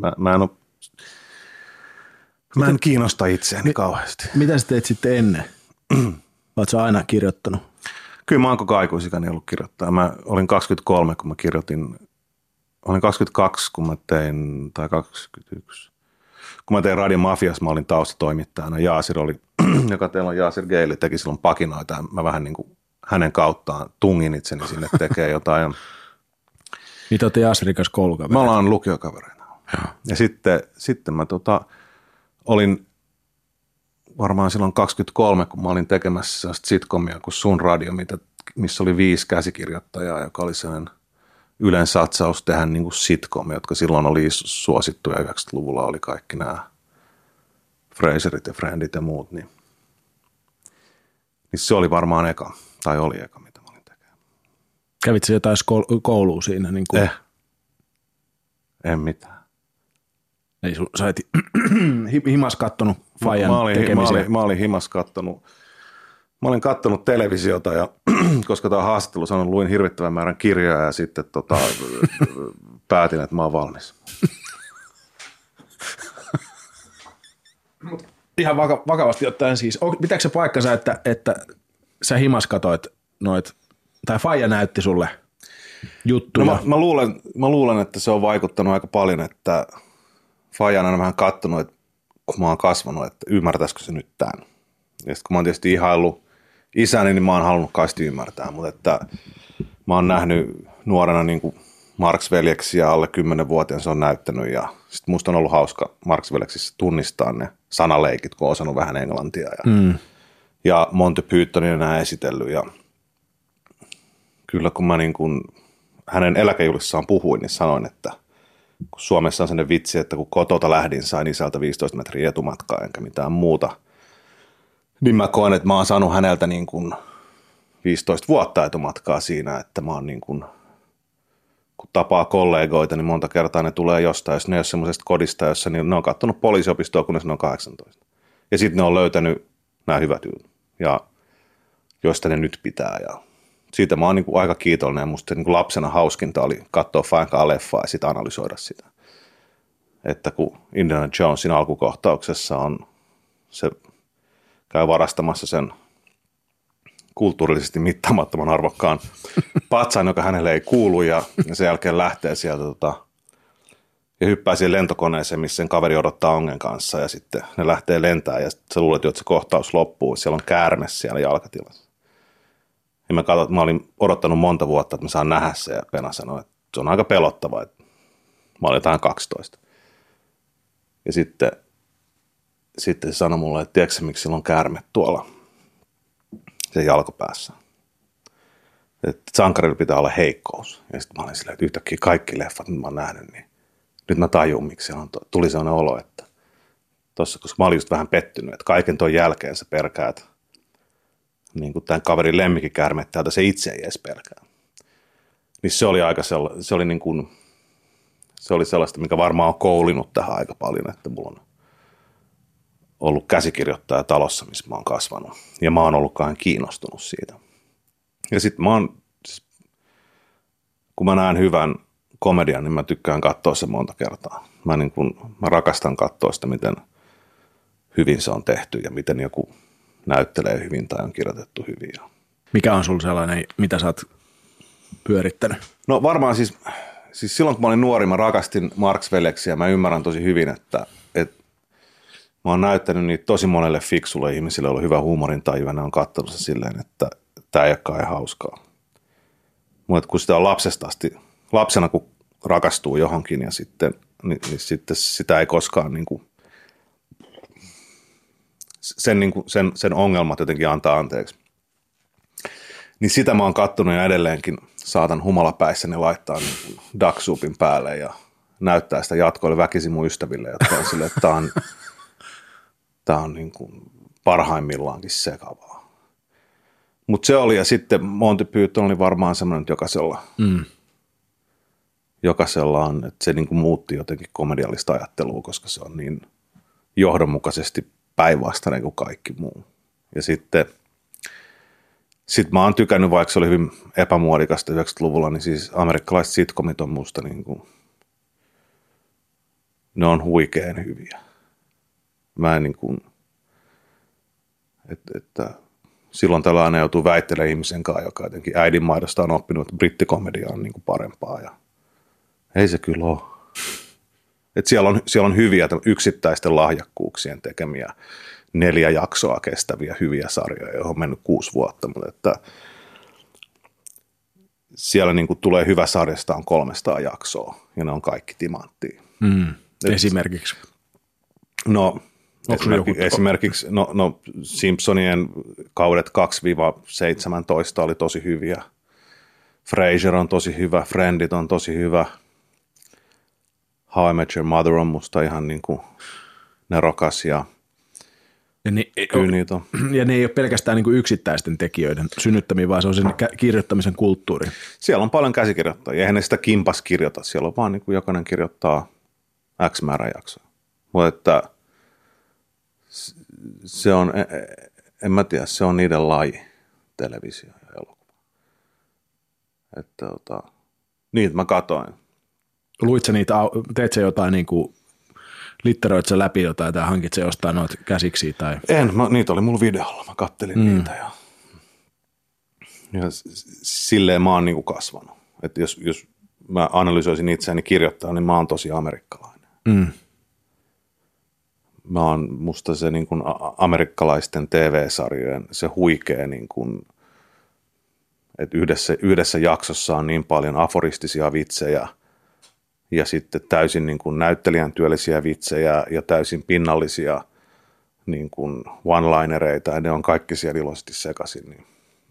mä en kiinnosta itseäni kauheasti. Mitä sä teet sitten ennen? Oletko sä aina kirjoittanut? Kyllä mä oon koko aikuisikäni ollut kirjoittaa. Mä olin 23, kun mä kirjoitin. Olin 22, kun mä tein, tai 21. Kun mä tein Radio Mafias, mä olin taustatoimittajana. Jaasir oli, joka teillä on Jaasir Geili, teki silloin pakinoita. Ja mä vähän niin kuin hänen kauttaan tungin itseni sinne tekee jotain. Niin te olette Jaasirin kanssa koulukavereita? Me ollaan lukiokavereina. Ja sitten mä olin varmaan silloin 23, kun mä olin tekemässä sellaista sitcomia kuin Sun Radio, missä oli 5 käsikirjoittajaa, joka oli sellainen Ylen satsaus tehdä niin kuin sitcom, jotka silloin oli suosittuja. 90-luvulla oli kaikki nämä Fraserit ja Friendit ja muut. Niin se oli varmaan eka, mitä mä olin tekemään. Kävit sä jotain koulua siinä? Niin kuin? En mitään. Ei, sä et himas kattonut faijan tekemisiä. Mä olin himas kattonut Mä olin katsonut televisiota ja koska tämä haastattelu sanoi, luin hirvittävän määrän kirjoja ja sitten päätin, että mä oon valmis. Ihan vakavasti ottaen siis, pitääkö se paikkansa, että sä himas katoit noit, tai faija näytti sulle juttuja? No mä luulen, että se on vaikuttanut aika paljon, että faija on aina vähän kattonut, että kun mä oon kasvanut, että ymmärtäisikö se nyt tämän. Ja sitten kun mä oon tietysti ihaillut isäni, niin mä oon halunnut kaisti ymmärtää, mutta että mä oon nähnyt nuorena niin kuin Marx-veljeksiä alle 10-vuotiaan se on näyttänyt ja sitten musta on ollut hauska Marx-veljeksissä tunnistaa ne sanaleikit, kun on osannut vähän englantia ja Monty Pythonin enää esitellyt ja kyllä kun mä niin kuin hänen eläkejulissaan puhuin, niin sanoin, että kun Suomessa on sellainen vitsi, että kun kotota lähdin, sain isältä 15 metriä etumatkaa enkä mitään muuta, niin mä koen, että mä oon saanut häneltä niin kuin 15 vuotta etumatkaa siinä, että mä oon niin kuin, kun tapaa kollegoita, niin monta kertaa ne tulee jostain, jos ne ei ole semmoisesta kodista, jossa ne on katsonut poliisiopistoa, kunnes ne on 18. Ja sitten ne on löytänyt nämä hyvät jutut, ja joista ne nyt pitää. Ja siitä mä oon niin kuin aika kiitollinen, ja musta niin kuin lapsena hauskinta oli katsoa Fankaa leffaa ja sitten analysoida sitä. Että kun Indiana Jonesin alkukohtauksessa on se käy varastamassa sen kulttuurillisesti mittaamattoman arvokkaan patsaan, joka hänelle ei kuulu, ja sen jälkeen lähtee sieltä ja hyppää siihen lentokoneeseen, missä sen kaveri odottaa ongen kanssa, ja sitten ne lähtee lentämään, ja sä luulet jo, että se kohtaus loppuu, siellä on käärme siellä jalkatilassa. Ja mä olin odottanut monta vuotta, että mä saan nähdä se, ja Pena sanoi, että se on aika pelottava, että mä olin jotain 12. Ja sitten se sanoi mulle, että tiedätkö miksi sillä on käärme tuolla sen jalkopäässä. Että sankarilla pitää olla heikkous. Ja sitten mä olin silleen, että yhtäkkiä kaikki leffat, mitä mä oon nähnyt, niin nyt mä tajun, miksi se on. Tuli sellainen olo, että tossa, koska mä olin just vähän pettynyt, että kaiken ton jälkeen sä perkäät niin kuin tämän kaverin lemmikikäärmettä, jota se itse ei edes pelkää. Niin se oli aika se oli sellaista, mikä varmaan on koulinut tähän aika paljon, että mulla on ollut käsikirjoittaja talossa, missä mä oon kasvanut. Ja mä oon ollut kauhean kiinnostunut siitä. Ja sitten kun mä näen hyvän komedian, niin mä tykkään katsoa se monta kertaa. Mä rakastan katsoa sitä, miten hyvin se on tehty ja miten joku näyttelee hyvin tai on kirjoitettu hyvin. Mikä on sulla sellainen, mitä sä oot pyörittänyt? No varmaan siis silloin, kun mä olin nuori, mä rakastin Marx-veljeksiä. Mä ymmärrän tosi hyvin, että mä oon näyttänyt niitä tosi monelle fiksulle ihmisille, joilla on hyvä huumorintaju, ja ne on katsonut se silleen, että tää ei olekaan hauskaa. Mutta kun sitä on lapsena kun rakastuu johonkin, ja sitten, niin sitten sitä ei koskaan sen ongelmat jotenkin antaa anteeksi. Niin sitä mä oon kattonut ja edelleenkin saatan humalapäissäni laittaa ducksoupin päälle ja näyttää sitä jatkoille väkisin mun ystäville, jotka on silleen, että tää on niin kuin parhaimmillaankin sekavaa. Mutta se oli, ja sitten Monty Python oli varmaan semmoinen, että jokaisella on, että se niin kuin muutti jotenkin komediallista ajattelua, koska se on niin johdonmukaisesti päinvastainen kuin kaikki muu. Ja sitten mä oon tykännyt, vaikka se oli hyvin epämuodikasta 90-luvulla, niin siis amerikkalaiset sitcomit on musta niin kuin, ne on huikean hyviä. Mä en niin kuin, että silloin tällainen joutuu väittelemään ihmisen kanssa, joka jotenkin äidinmaidosta on oppinut, että brittikomedia on niin kuin parempaa. Ja ei se kyllä ole. Että siellä on hyviä yksittäisten lahjakkuuksien tekemiä 4 jaksoa kestäviä hyviä sarjoja, joihin on mennyt 6 vuotta, mutta että siellä niin kuin tulee hyvä sarjasta on 300 jaksoa ja ne on kaikki timanttia. Esimerkiksi? No esimerkiksi Simpsonien kaudet 2-17 oli tosi hyviä. Frasier on tosi hyvä, Friendit on tosi hyvä. How I Met Your Mother on musta ihan niin kuin nerokas ja kyllä niitä on. Ja ne ei ole pelkästään niin kuin yksittäisten tekijöiden synnyttämiä, vaan se on sen kirjoittamisen kulttuuri. Siellä on paljon käsikirjoittajia. Eihän ne sitä kimpas kirjoita. Siellä on vaan niin kuin jokainen kirjoittaa X määrän jaksoa. Mutta että se on en mä tiedä, se on niiden laji, televisio ja elokuva. Että niitä mä katoin. Luit sä niitä, teet sä jotain niin kuin, litteroit sä läpi jotain tai hankit sä jostain noita käsiksi tai? Niitä oli mulla videolla, mä kattelin niitä ja silleen mä oon niin kuin kasvanut. Että jos mä analysoisin itseäni kirjoittaa, niin mä oon tosi amerikkalainen. Musta se niin kuin amerikkalaisten TV-sarjojen, se huikee, niin kuin, että yhdessä jaksossa on niin paljon aforistisia vitsejä ja sitten täysin niin kuin näyttelijän työllisiä vitsejä ja täysin pinnallisia niin kuin one-linereita, ja ne on kaikki siellä iloisesti sekaisin. Niin.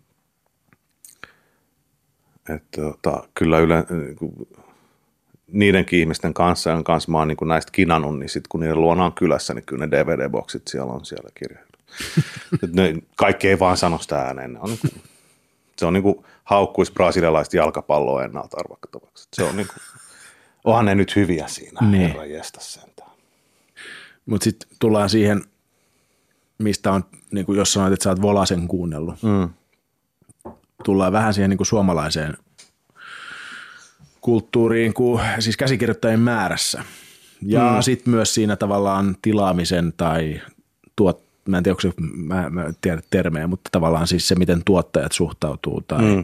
Että kyllä niidenkin ihmisten kanssa, jonka kanssa mä oon niin kuin näistä kinannut, niin sitten kun niiden luona on kylässä, niin kyllä ne DVD-boksit siellä on siellä kirjoilla. Kaikki ei vaan sano sitä ääneen. Se on niin kuin haukkuisi brasilialaista jalkapalloa ennalta arvattavaksi. Se on niin kuin, onhan ne nyt hyviä siinä, herra jestas sentään. Mutta sitten tullaan siihen, mistä on, niin kuin jos sanoit, että sä oot Volasen kuunnellut. Tullaan vähän siihen niin kuin suomalaiseen kulttuuriin, siis käsikirjoittajien määrässä. Ja sitten myös siinä tavallaan tilaamisen tai mä en tiedä, onko se, mä en tiedä termejä, mutta tavallaan siis se, miten tuottajat suhtautuu. Tai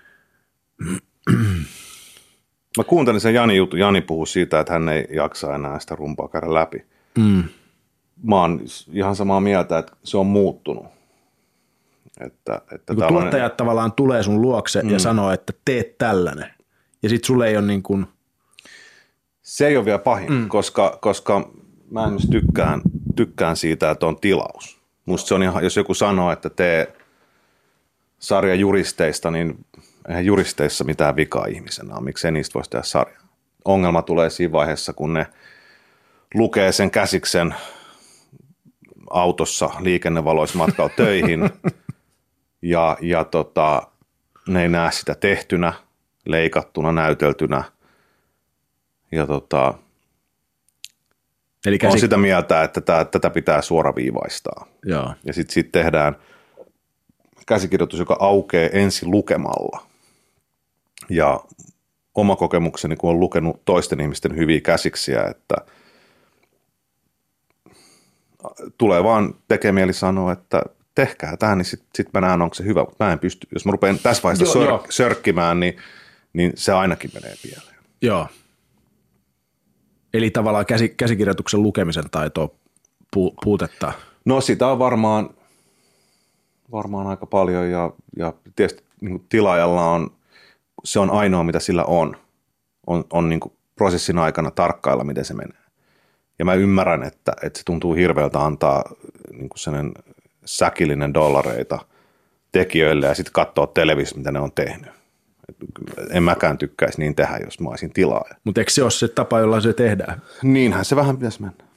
Mä kuuntelin sen Jani jutun. Jani puhui siitä, että hän ei jaksa enää sitä rumpaa käydä läpi. Mä oon ihan samaa mieltä, että se on muuttunut. Että tuottajat tavallaan tulee sun luokse ja sanoo, että teet tällainen. Ja sit sulle ei ole niin kuin... Se ei ole vielä pahin, koska mä esimerkiksi tykkään siitä, että on tilaus. Musta se on ihan, jos joku sanoo, että tee sarja juristeista, niin eihän juristeissa mitään vikaa ihmisenä ole. Miksei niistä voisi tehdä sarjaa? Ongelma tulee siinä vaiheessa, kun ne lukee sen käsiksen autossa liikennevaloissa matkalla töihin ja ne ei näe sitä tehtynä, leikattuna, näyteltynä ja eli on sitä mieltä, että tätä pitää suoraviivaistaa. Joo. Ja sitten tehdään käsikirjoitus, joka aukeaa ensi lukemalla. Ja oma kokemukseni, kun on lukenut toisten ihmisten hyviä käsiksiä, että tulee vaan tekee mieli sanoa, että tehkää tämä, niin sit mä näen, onko se hyvä, mutta mä en pysty. Jos mä rupean tässä vaiheessa sörkkimään, niin se ainakin menee pieleen. Joo. Eli tavallaan käsikirjoituksen lukemisen taitoa puutetta. No sitä on varmaan aika paljon ja tietysti niin tilaajalla se on ainoa, mitä sillä on niin kuin prosessin aikana tarkkailla, miten se menee. Ja mä ymmärrän, että se tuntuu hirveältä antaa niin kuin sellainen säkillinen dollareita tekijöille ja sitten katsoa televisiossa, mitä ne on tehnyt. En mäkään tykkäisi niin tehdä, jos mä olisin tilaaja. Mutta eikö se ole se tapa, jolla se tehdään? Niinhän se vähän pitäisi mennä.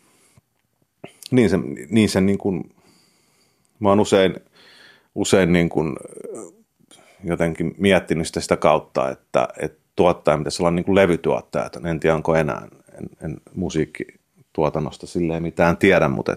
Niin se niin kuin, mä oon usein niin kuin jotenkin miettinyt sitä kautta, että tuottaja pitäisi olla niin kuin levytuottaja. En tiedä, onko enää en musiikkituotannosta silleen mitään tiedä, mutta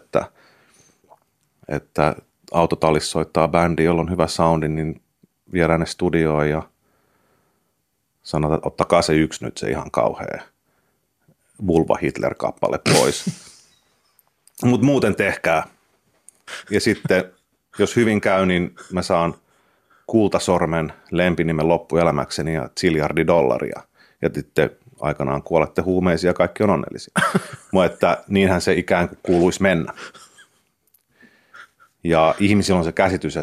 että autotallissa soittaa bändi, jolla on hyvä soundi, niin viedään ne studioon ja sanotaan, että ottakaa se yksi nyt, se ihan kauhea Vulva Hitler-kappale pois. Mutta muuten tehkää. Ja sitten, jos hyvin käy, niin mä saan kultasormen lempinimen loppuelämäkseni ja $1 000 ja sitten aikanaan kuolette huumeisiin ja kaikki on onnellisia. Mutta että niinhän se ikään kuin kuuluisi mennä. Ja ihmisillä on se käsitys,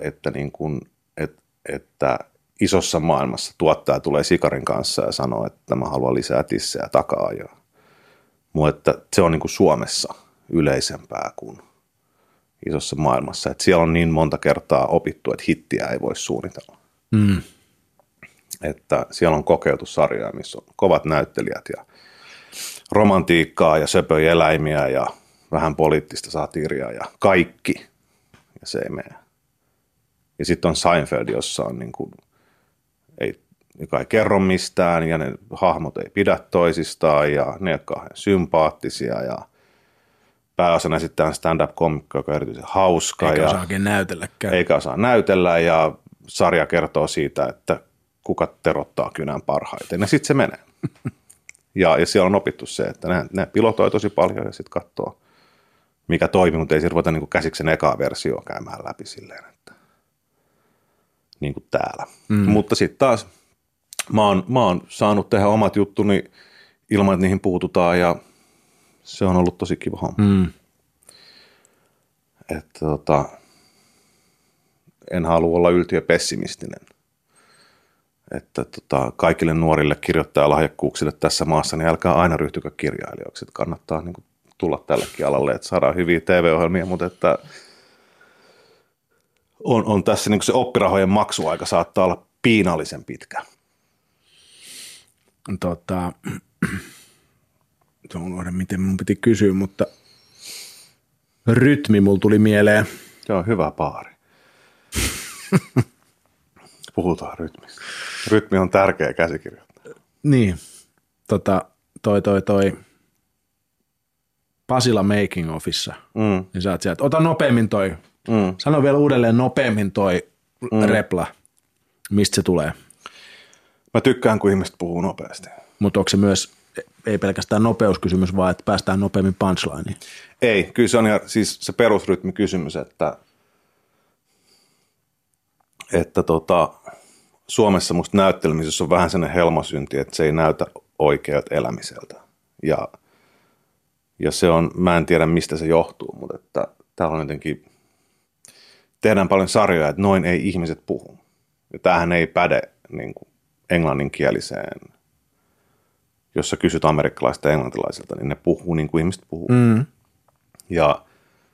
että isossa maailmassa tuottaja tulee sikarin kanssa ja sanoo, että mä haluan lisää tissejä takaa. Mutta se on niin kuin Suomessa yleisempää kuin isossa maailmassa. Että siellä on niin monta kertaa opittu, että hittiä ei voi suunnitella. Että siellä on kokeiltu sarjaa, missä on kovat näyttelijät ja romantiikkaa ja söpöjä eläimiä ja vähän poliittista satiiria ja kaikki. Ja se ei mene. Ja sitten on Seinfeld, jossa on niin kuin, joka ei kerro mistään ja ne hahmot ei pidä toisistaan ja ne ei ole kauhean sympaattisia ja pääosana sitten stand-up-komikko, joka on erityisen hauska. Eikä osaa oikein näytelläkään. Eikä osaa näytellä ja sarja kertoo siitä, että kuka terottaa kynän parhaiten ja sitten se menee. Ja siellä on opittu se, että ne pilotoi tosi paljon ja sitten katsoo, mikä toimii, mutta ei se ruveta niin käsiksen ekaa versioon käymään läpi silleen, että niin kuin täällä. Mutta sitten taas mä oon saanut tehdä omat juttuni ilman, että niihin puututaan ja se on ollut tosi kiva homma. Että en halua olla yltiöpessimistinen. Että kaikille nuorille kirjoittajalahjakkuuksille tässä maassa, niin älkää aina ryhtykö kirjailijoiksi. Että kannattaa niin kuin tulla tällekin alalle, että saadaan hyviä TV-ohjelmia, mutta että on tässä niin kuin se oppirahojen maksuaika saattaa olla piinallisen pitkä. Unohdan, miten mun piti kysyä, mutta rytmi mulla tuli mieleen. Se on hyvä baari. Puhutaan rytmistä. Rytmi on tärkeä käsikirjoittaja. Niin, toi Pasila Making Office, niin sä oot sieltä, ota nopeammin toi, sano vielä uudelleen nopeammin toi repla, mistä se tulee? Mä tykkään, kun ihmiset puhuu nopeasti. Mutta onko se myös, ei pelkästään nopeuskysymys, vaan että päästään nopeammin punchlineen? Ei, kyllä se on siis se perusrytmikysymys, että Suomessa musta näyttelemisessä on vähän sellainen helmasynti, että se ei näytä oikealta elämiseltä. Ja se on, mä en tiedä mistä se johtuu, mutta että täällä on jotenkin, tehdään paljon sarjoja, että noin ei ihmiset puhu. Ja tämähän ei päde niin kuin englanninkieliseen, jos sä kysyt amerikkalaisilta ja englantilaisilta, niin ne puhuu niin kuin ihmiset puhuu. Ja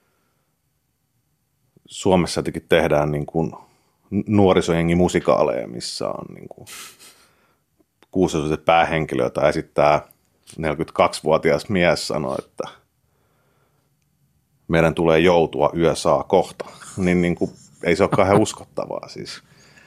Suomessa jotenkin tehdään niin kuin nuorisojengi musikaaleja, missä on niin kuin 6-osaiset päähenkilö, jota esittää 42-vuotias mies, sanoo, että meidän tulee joutua, yö saa kohta. Niin kuin, ei se ole kauhean uskottavaa siis.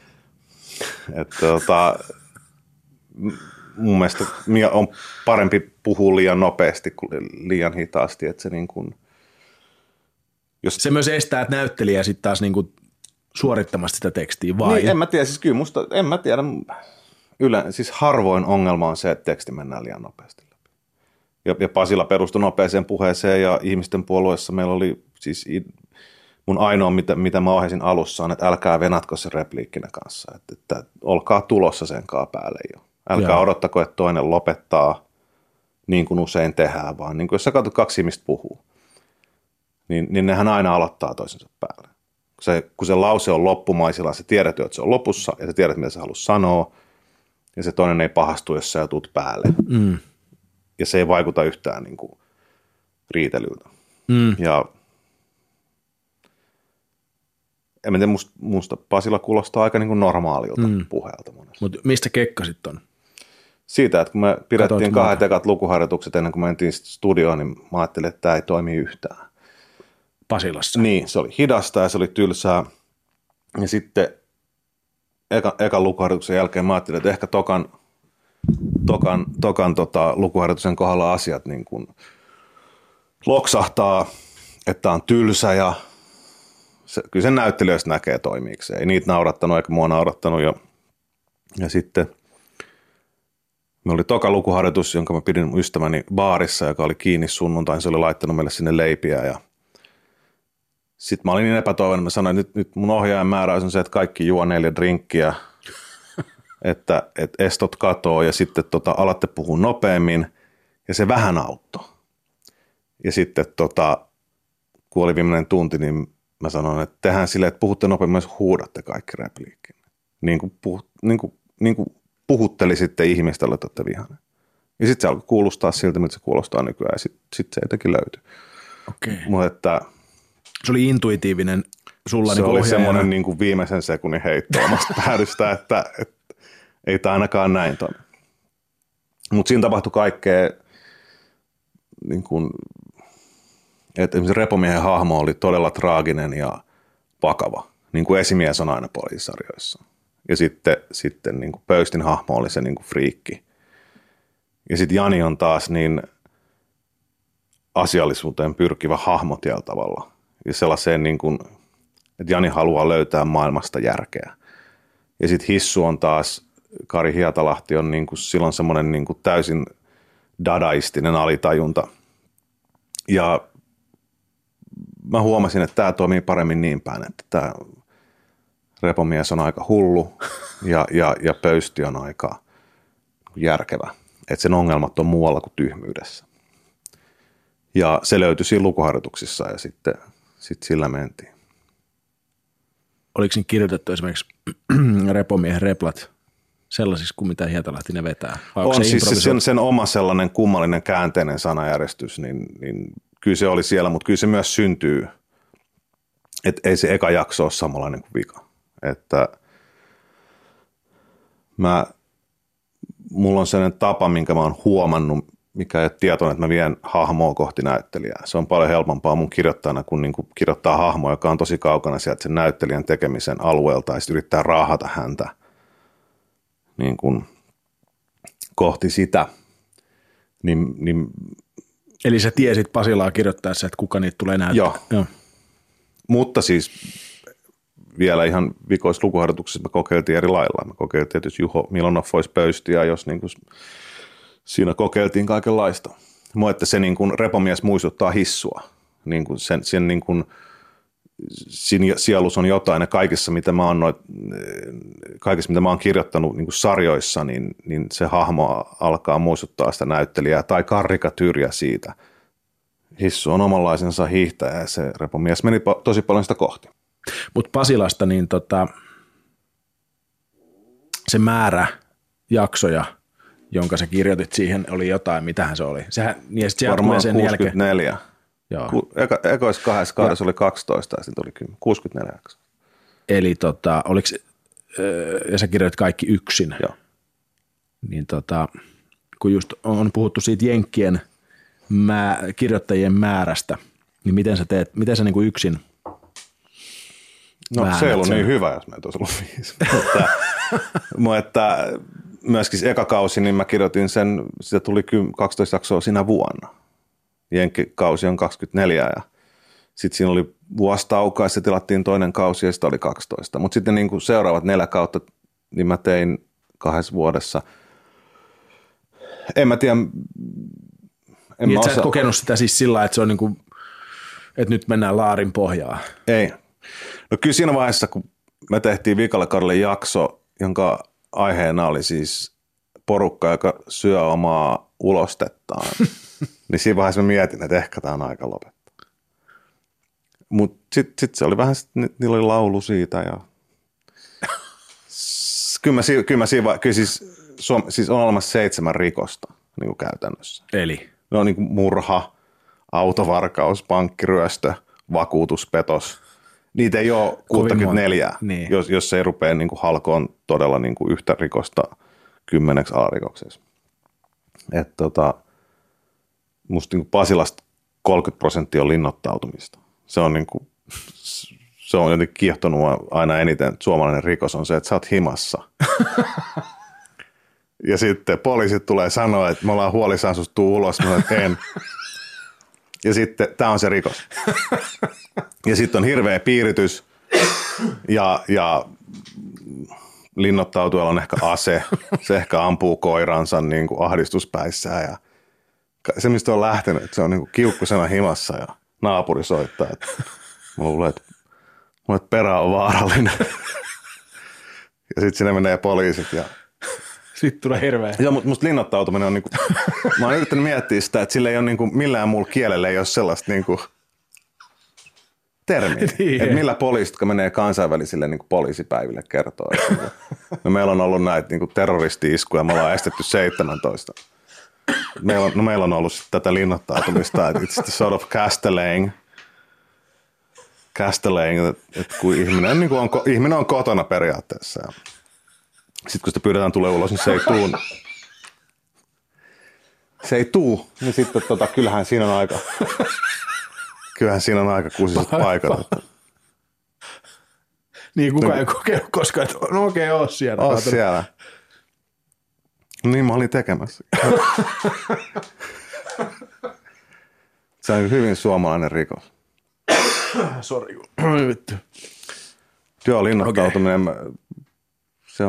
Että mun mielestä on parempi puhua liian nopeasti kuin liian hitaasti, että se niin kuin, jos se myös estää, että näyttelijä sitten taas niin kuin suorittamasta sitä tekstiä, vai? Niin, en mä tiedä, siis kyllä musta, en mä tiedä, siis harvoin ongelma on se, että teksti mennään liian nopeasti läpi. Ja Pasila perustui nopeeseen puheeseen ja ihmisten puolueessa meillä oli siis mun ainoa, mitä mä ohjasin alussa on, että älkää venatko sen repliikkinä kanssa, että olkaa tulossa sen kaa päälle jo. Älkää odottako, että toinen lopettaa niin kuin usein tehdään, vaan niin kuin jos sä katsot kaksi ihmistä puhuu, niin nehän aina aloittaa toisensa päälle. Kun se lause on loppumaisillaan, sä tiedät jo, että se on lopussa ja sä tiedät, mitä sä haluat sanoa ja se toinen ei pahastu, jos sä tuut päälle. Ja se ei vaikuta yhtään niin kuin riitelyltä. Ja en tiedä, musta Pasila kuulostaa aika niin kuin normaalilta puheelta monesti. Mutta mistä kekkasit on? Siitä, että kun me pidettiin 2 ekat lukuharjoitukset ennen kuin me mentiin studioon, niin mä ajattelin, että tämä ei toimi yhtään. Pasilassa. Niin, se oli hidasta ja se oli tylsää. Ja sitten ekan lukuharjoituksen jälkeen mä ajattelin, että ehkä tokan lukuharjoituksen kohdalla asiat niin kuin loksahtaa, että on tylsä ja kyllä sen näyttelijöistä näkee toimiiko se. Ei niitä naurattanut eikä mua naurattanut. Ja sitten me oli toka lukuharjoitus, jonka mä pidin mun ystäväni baarissa, joka oli kiinni sunnuntain. Se oli laittanut meille sinne leipiä ja sitten mä olin niin epätoivoinen, mä sanoin, että nyt mun ohjaajan määräys on se, että kaikki juo 4 drinkkiä, että estot katoo ja sitten alatte puhua nopeammin ja se vähän auttoi. Ja sitten kun oli viimeinen tunti, niin mä sanoin, että tehdään silleen, että puhutte nopeammin, jos huudatte kaikki repliikin. Niin kuin puhuttelisitte ihmistä, että olette vihainen. Ja sitten se alkoi kuulostaa siltä, mitä se kuulostaa nykyään ja sitten se jotenkin löytyi. Okei. Mutta että se oli intuitiivinen sulla niin oli ohjaajana. semmoinen niin kuin viimeisen sekunnin heitto omasta päädystä, että ei tämä ainakaan näin toimi. Mutta siinä tapahtui kaikkea, niin kuin, että esimerkiksi Repomiehen hahmo oli todella traaginen ja vakava, niin kuin esimies on aina poliisisarjoissa. Ja sitten niin kuin Pöystin hahmo oli se niin kuin friikki. Ja sitten Jani on taas niin asiallisuuteen pyrkivä hahmo tällä tavalla. Ja sellaiseen, niin kuin, että Jani haluaa löytää maailmasta järkeä. Ja sitten Hissu on taas, Kari Hietalahti on niin kuin, silloin semmoinen niin kuin täysin dadaistinen alitajunta. Ja mä huomasin, että tämä toimii paremmin niin päin, että tämä repomies on aika hullu ja pöysti on aika järkevä. Että sen ongelmat on muualla kuin tyhmyydessä. Ja se löytyi siinä lukuharjoituksissa ja sitten sillä mentiin. Oliko siinä kirjoitettu esimerkiksi repomiehen replat sellaisiksi kuin mitä Hietalahti ne vetää? On siis sen oma sellainen kummallinen käänteinen sanajärjestys, niin kyllä se oli siellä, mutta kyllä se myös syntyy, että ei se eka jakso ole samanlainen kuin vika. Että mulla on sellainen tapa, minkä mä oon huomannut, mikä ei ole tietoinen, että mä vien hahmoa kohti näyttelijää. Se on paljon helpompaa mun kirjoittajana, kun niin kuin kirjoittaa hahmoa, joka on tosi kaukana sieltä sen näyttelijän tekemisen alueelta, ja sitten yrittää raahata häntä niin kuin kohti sitä. Eli sä tiesit Pasilaa kirjoittaessa, että kuka niitä tulee näyttää. Joo. Mutta siis vielä ihan vikoissa lukuharjoituksissa me kokeiltiin eri lailla. Me kokeiltiin tietysti Juho Milonov voisi pöystiä, jos niin kuin siinä kokeiltiin kaikenlaista. Mua, että se niin kuin repomies muistuttaa Hissua. Niin kuin sen niin kuin, siinä sielussa on jotain, ja kaikissa, mitä mä oon kirjoittanut niin kuin sarjoissa, niin se hahmo alkaa muistuttaa sitä näyttelijää tai karikatyyriä siitä. Hissu on omanlaisensa hiihtäjä, ja se repomies meni tosi paljon sitä kohti. Mutta Pasilasta niin se määrä jaksoja, jonka sä kirjoitit siihen, oli jotain, mitähän se oli? Varmaan sen 64. Jälkeen. Joo. Ekoissa kahdessa kaudessa oli 12 ja sitten oli 10, 64 jaksoa. Eli oliko, ja sä kirjoitit kaikki yksin. Joo. Niin kun just on puhuttu siitä jenkkien kirjoittajien määrästä, niin miten sä niin kuin yksin No se ei ollut niin hyvä, jos meitä olisi ollut 5. Mutta myöskin eka kausi, niin mä kirjoitin sen, sitä tuli 12 jaksoa sinä vuonna. Jenkkikausi on 24 ja sitten siinä oli vuosi taukoa ja sitten tilattiin toinen kausi ja sitä oli 12. Mutta sitten niin kuin seuraavat 4 kautta, niin mä tein 2 vuodessa. En mä tiedä. Niin, sä et kokenut sitä siis sillä, että se on niin kuin, että nyt mennään laarin pohjaan. Ei. No kyllä siinä vaiheessa, kun me tehtiin viikalle kaudelle jakso, jonka aiheena oli siis porukka, joka syö omaa ulostettaan, niin siinä vaiheessa mä mietin, että ehkä tämä on aika lopettaa. Mutta sitten se oli vähän, niillä oli laulu siitä ja kyllä siis on olemassa 7 rikosta niin kuin käytännössä. Eli? Ne on niin kuin murha, autovarkaus, pankkiryöstö, vakuutuspetos. Niitä ei ole 64, niin. jos ei rupea niin kuin halkoon todella niin kuin yhtä rikosta 10 alarikoksessa. Musta niin kuin Pasilasta 30% on linnoittautumista. Se on, niin kuin, se on jotenkin kiehtonut aina eniten. Suomalainen rikos on se, että sä oot himassa. Ja sitten poliisit tulee sanoa, että me ollaan huolissaan susta, tuu ulos. Mä sanoin, että en. Ja sitten tämä on se rikos. Ja sitten on hirveä piiritys ja linnoittautujalla on ehkä ase. Se ehkä ampuu koiransa niin kuin ahdistuspäissään ja se, mistä on lähtenyt, että se on niin kuin kiukkusena himassa ja naapuri soittaa, että mä luulen, että perä on vaarallinen. Ja sitten sinne menee poliisit ja sitten tulee hirveä. Joo, mutta musta linnoittautuminen on niinku, mä oon yrittänyt miettiä sitä, että sillä ei ole niinku, millään muulla kielellä ei ole sellaista niinku termiä. Niin. Että millä poliisit, jotka menee kansainvälisille niinku poliisipäiville kertoo. Että, no meillä on ollut näitä niinku terroristi-iskuja, me ollaan estetty 17. Meillä on ollut tätä linnoittautumista, että it's the sort of castelling, että kun ihminen on kotona periaatteessa. Ja sitten kun sitä pyydetään tulee ulos, niin se ei tuu. Niin sitten kyllähän siinä on aika kusiset paikat. Niin kukaan ei kokenut koskaan, että no okei, oo siellä. Oo siellä. Niin mä olin tekemässä. Se on hyvin suomalainen rikos. Sori, vittu. Työlinnoittautuminen, se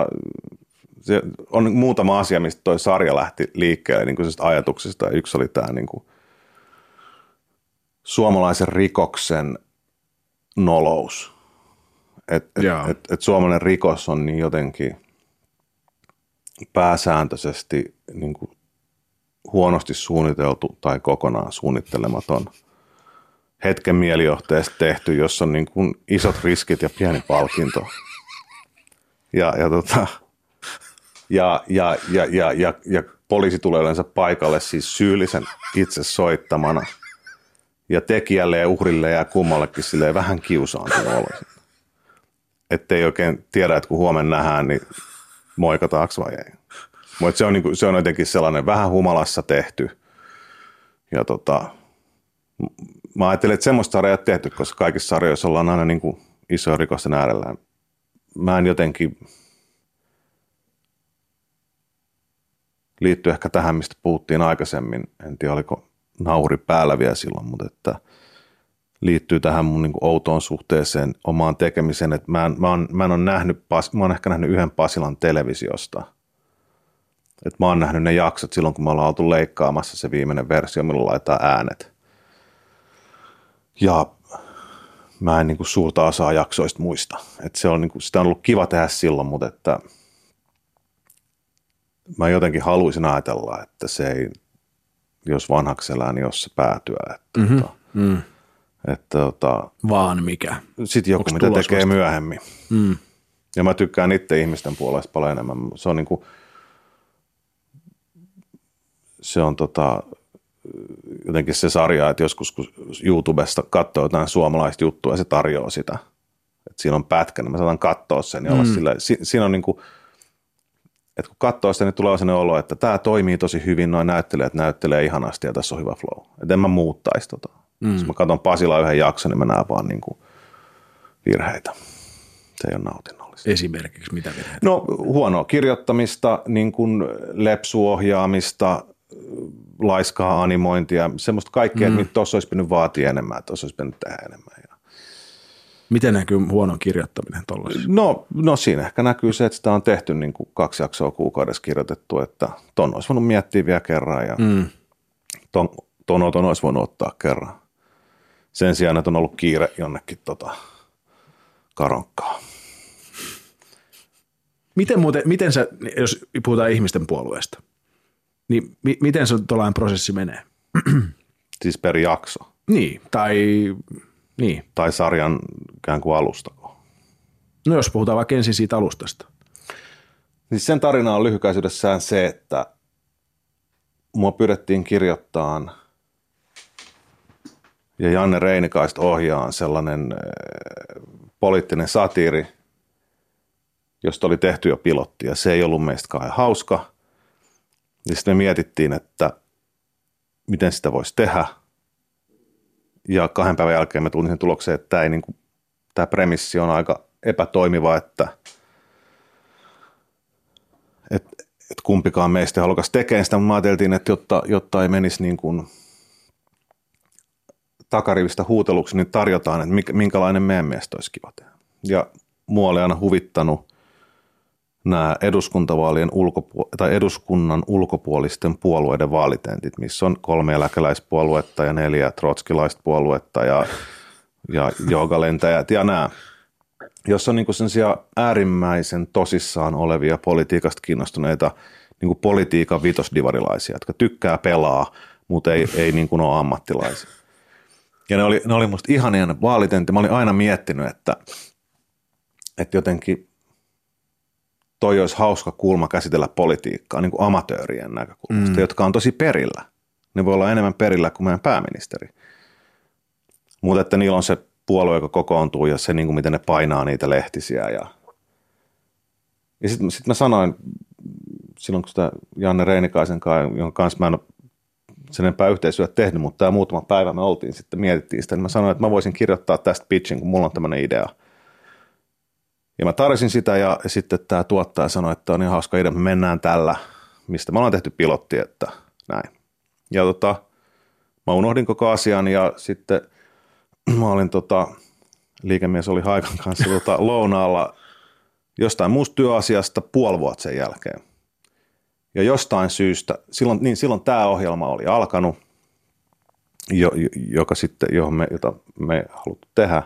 on muutama asia, mistä toi sarja lähti liikkeelle niin kuin ajatuksista. Ja yksi oli tämä niin kuin suomalaisen rikoksen nolous. Että suomalainen rikos on niin jotenkin pääsääntöisesti niin kuin huonosti suunniteltu tai kokonaan suunnittelematon hetken mielijohteesta tehty, jossa on niin kuin isot riskit ja pieni palkinto. Ja poliisi tulee yleensä paikalle siis syyllisen itse soittamana. Ja tekijälle ja uhrille ja kummallekin silleen vähän kiusaantunut olo. Että ei oikein tiedä, että kun huomenna nähdään, niin moikataanko vai ei. Mutta se on jotenkin sellainen vähän humalassa tehty. Ja mä ajattelin, että semmoista sarjaa ei tehty, koska kaikissa sarjoissa ollaan aina niin kuin isoja rikosten äärellä. Mä en jotenkin liittyy ehkä tähän, mistä puhuttiin aikaisemmin. En tiedä, oliko nauhuri päällä vielä silloin, mutta että liittyy tähän mun niin kuin outoon suhteeseen omaan tekemiseen. Että mä oon ehkä nähnyt yhden Pasilan televisiosta. Että mä oon nähnyt ne jaksot silloin, kun me ollaan oltu leikkaamassa se viimeinen versio, milloin laitetaan äänet. Ja mä en niin kuin suurta osaa jaksoista muista. Että se on, niin kuin, sitä on ollut kiva tehdä silloin, mutta että mä jotenkin haluaisin ajatella, että se ei, jos vanhaksi elää, niin jos se päätyä. Vaan mikä? Sitten joku, mitä tekee myöhemmin. Ja mä tykkään itse ihmisten puolesta paljon enemmän. Se on niinku, jotenkin se sarja, että joskus kun YouTubesta katsoo jotain suomalaista juttua ja se tarjoaa sitä, että siinä on pätkä, niin mä saatan katsoa sen ja olla silleen, siinä on niinku, että kun katsoo sitä, niin tulee sellainen olo, että tämä toimii tosi hyvin, noin näyttelijät näyttelee ihanasti ja tässä on hyvä flow. Että en mä muuttaisi Jos mä katson Pasila yhden jakson, niin mä näen vaan niinku virheitä. Se ei ole nautinnollista. Esimerkiksi mitä virheitä? No huonoa kirjoittamista, niin kuin lepsuohjaamista, laiskaa animointia, semmoista kaikkea, että tuossa olisi pitänyt vaatia enemmän, että tuossa olisi pitänyt tehdä enemmän. Miten näkyy huono kirjoittaminen tuollaisessa? No siinä ehkä näkyy se, että sitä on tehty niin kuin 2 jaksoa kuukaudessa kirjoitettu, että ton olisi voinut miettiä vielä kerran ja ton olisi voinut ottaa kerran. Sen sijaan, että on ollut kiire jonnekin karonkkaan. Miten sä, jos puhutaan ihmisten puolueesta, niin miten se tuollainen prosessi menee? Siis per jakso? Niin. Tai sarjan ikään kuin alusta. No jos puhutaan vaikka ensin siitä alustasta. Niin sen tarina on lyhykäisyydessään se, että mua pyydettiin kirjoittamaan ja Janne Reinikaista ohjaan sellainen poliittinen satiiri, josta oli tehty jo pilotti ja se ei ollut meistä kauhean hauska. Ja sitten me mietittiin, että miten sitä voisi tehdä. Ja 2 päivän jälkeen me tulin sen tulokseen, että tämä premissi on aika epätoimiva, että kumpikaan meistä ei halukas tekemään sitä, mutta me ajateltiin, että jotta ei menisi niin kuin takarivistä huuteluksi, niin tarjotaan, että minkälainen meidän mielestä olisi kiva tehdä. Ja mua oli aina huvittanut nämä eduskuntavaalien eduskunnan ulkopuolisten puolueiden vaalitentit, missä on 3 eläkeläispuoluetta ja 4 trotskilaista puoluetta ja joogalentäjät ja nämä, jossa on niin kuin sellaisia äärimmäisen tosissaan olevia politiikasta kiinnostuneita niin kuin politiikan vitosdivarilaisia, jotka tykkää pelaa, mutta ei niin kuin ole ammattilaisia. Ja ne oli musta ihania ne vaalitentit. Mä olin aina miettinyt, että jotenkin toi olisi hauska kulma käsitellä politiikkaa niin kuin amatöörien näkökulmasta, jotka on tosi perillä. Ne voi olla enemmän perillä kuin meidän pääministeri. Mutta että niillä on se puolue, joka kokoontuu ja se, niin kuin miten ne painaa niitä lehtisiä. Ja sitten mä sanoin, silloin kun sitä Janne Reinikaisen kanssa, jonka kanssa mä en ole sen enempää yhteistyötä tehnyt, mutta tämä muutama päivä me mietittiin sitä, niin mä sanoin, että mä voisin kirjoittaa tästä pitchin, kun mulla on tämmöinen idea. Ja mä tarjosin sitä ja sitten tämä tuottaja sanoi, että on niin hauska idea, me mennään tällä, mistä me ollaan tehty pilotti, että näin. Ja mä mä unohdin koko asian ja sitten mä olin liikemies oli Haikan kanssa lounaalla jostain muusta työasiasta puoli vuotta sen jälkeen. Ja jostain syystä, silloin tämä ohjelma oli alkanut, jota me haluttu tehdä.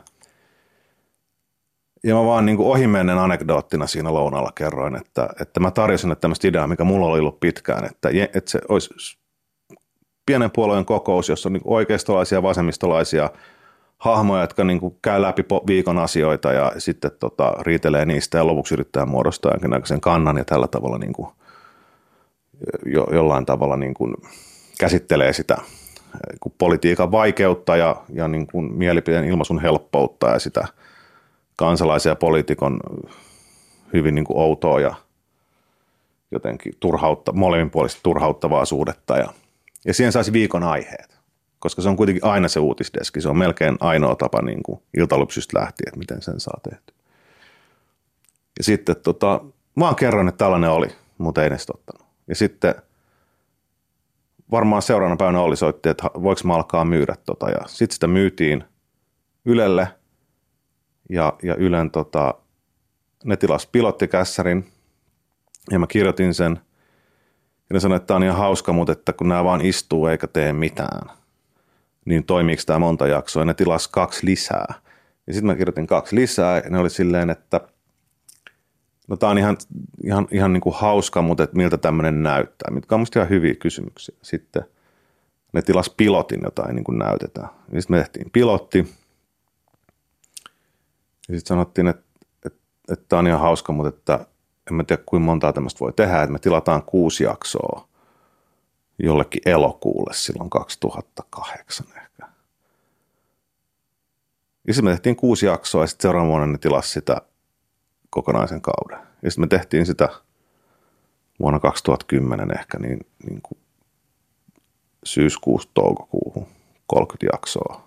Ja mä vaan niin kuin ohimennen anekdoottina siinä lounaalla kerroin, että mä tarjosin tämmöistä ideaa, mikä mulla oli ollut pitkään, että se olisi pienen puolueen kokous, jossa on niin oikeistolaisia ja vasemmistolaisia hahmoja, jotka niin kuin käy läpi viikon asioita ja sitten riitelee niistä ja lopuksi yrittää muodostaa jonkinnäköisen kannan ja tällä tavalla niin kuin, jollain tavalla niin kuin käsittelee sitä politiikan vaikeutta ja niin kuin mielipiteen ilmaisun helppoutta ja sitä kansalaisen ja poliitikon hyvin niin kuin outoa ja jotenkin molemminpuolista turhauttavaa suhdetta ja siihen saisi viikon aiheet, koska se on kuitenkin aina se uutisdeski, se on melkein ainoa tapa niin kuin iltalypsystä lähtien, että miten sen saa tehty. Ja sitten vaan kerron, että tällainen oli, mutta ei edes ottanut. Ja sitten varmaan seuraavana päivänä Olli soitti, että voiko mä alkaa myydä ja sitten sitä myytiin Ylelle ja Ylen ne tilasi pilottikässärin ja mä kirjoitin sen ja ne sanoi, että tämä on ihan hauska, mutta että kun nämä vaan istuu eikä tee mitään, niin toimiiko tämä monta jaksoa ja ne tilasi 2 lisää. Ja sitten mä kirjoitin 2 lisää ja ne oli silleen, että no tämä on ihan niin kuin hauska, mutta että miltä tämmöinen näyttää, mitkä on musta ihan hyviä kysymyksiä. Sitten ne tilasi pilotin, jota ei niin kuin näytetä. Ja sitten me tehtiin pilotti. Ja sitten sanottiin, että tämä on ihan hauska, mutta että en mä tiedä kuinka montaa tämmöistä voi tehdä, että me tilataan 6 jaksoa jollekin elokuulle silloin 2008 ehkä. Ja sitten me tehtiin 6 jaksoa ja sitten seuraavan vuonna ne tilasi sitä kokonaisen kauden. Ja sitten me tehtiin sitä vuonna 2010 ehkä niin kuin syyskuusta toukokuuhun 30 jaksoa.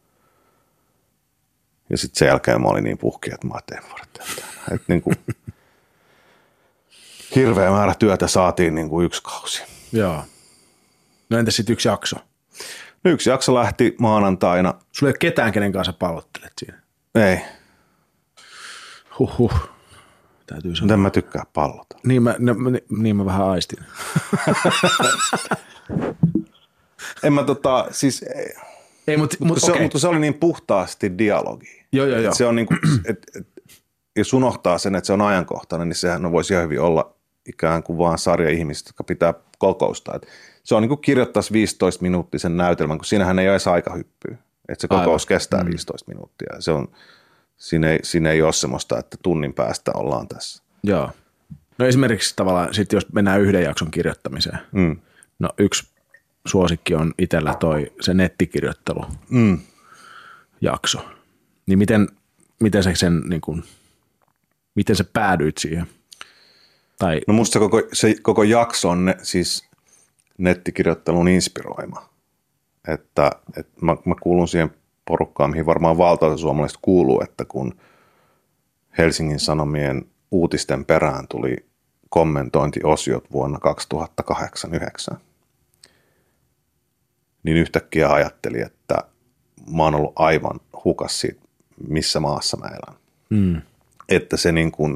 Ja sitten sen jälkeen mä olin niin puhki, että mä en voida tehdä. Että niin kuin hirveä määrä työtä saatiin niin kuin 1 kausi. Joo. No entäs sitten 1 jakso? No 1 jakso lähti maanantaina. Sulla ei ole ketään, kenen kanssa pallottelet siinä? Ei. Huhhuh. Täytyy sanoa. Mutta en mä tykkää pallota. Niin mä vähän aistin. En mä siis... Ei, mutta se oli niin puhtaasti dialogia. Joo. Se on niin kuin, jos unohtaa sen, että se on ajankohtainen, niin sehän voisi ihan hyvin olla ikään kuin vaan sarja ihmisistä, jotka pitää kokousta. Se on niin kuin kirjoittaisi 15-minuuttisen näytelmän, kun siinähän ei ole edes aikahyppyä. Että se kokous kestää 15 minuuttia. Siinä ei ole semmoista, että tunnin päästä ollaan tässä. Joo. No esimerkiksi tavallaan, sit jos mennään 1 jakson kirjoittamiseen. No 1 suosikki on itsellä se nettikirjoittelu jakso. Niin miten sä päädyit siihen? Tai... No musta se koko jakso on siis nettikirjoittelun inspiroima. Että mä kuulun siihen porukkaan, mihin varmaan valtaosa suomalaiset kuuluu, että kun Helsingin Sanomien uutisten perään tuli kommentointiosiot vuonna 2008-2009, niin yhtäkkiä ajattelin, että mä oon ollut aivan hukas siitä, missä maassa mä elän. Että se niin kuin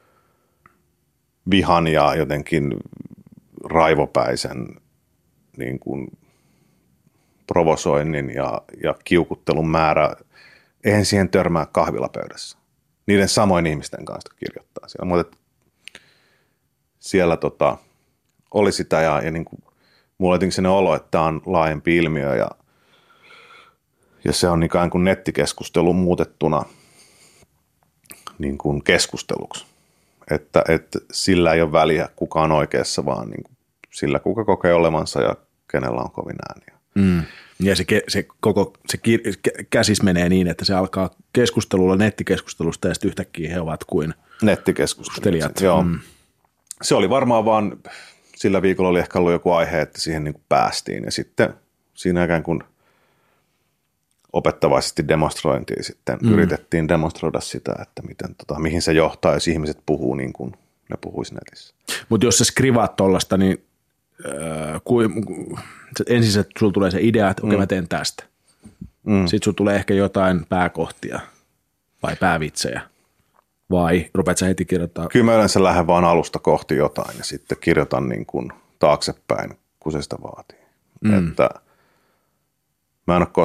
vihan ja jotenkin raivopäisen niin kuin provosoinnin ja kiukuttelun määrä, eihän siihen törmää kahvilapöydässä. Niiden samoin ihmisten kanssa kirjoittaa siellä. Mutta siellä oli sitä ja niin kuin, mulla oli jotenkin sellainen olo, että tämä on laajempi ilmiö ja se on ikään kuin nettikeskustelu muutettuna niin kuin keskusteluksi. Että sillä ei ole väliä kuka on oikeassa, vaan niin kuin sillä kuka kokee olevansa ja kenellä on kovin ääniä. Ja se käsis menee niin, että se alkaa keskustelulla nettikeskustelusta ja sitten yhtäkkiä he ovat kuin nettikeskustelijat. Joo. Se oli varmaan vaan, sillä viikolla oli ehkä ollut joku aihe, että siihen niin kuin päästiin ja sitten siinä ikään kuin opettavaisesti demonstrointiin sitten yritettiin demonstroida sitä, että mihin se johtaa, jos ihmiset puhuu niin kuin ne puhuisi netissä. Mutta jos sä skrivaat tollasta, niin ensin sulla tulee se idea, että okei, mä teen tästä. Sitten sulla tulee ehkä jotain pääkohtia vai päävitsejä. Vai rupeat sä heti kirjoittaa? Kyllä mä yleensä lähden vaan alusta kohti jotain ja sitten kirjoitan niin kuin taaksepäin, kun se sitä vaatii. Että mä en ole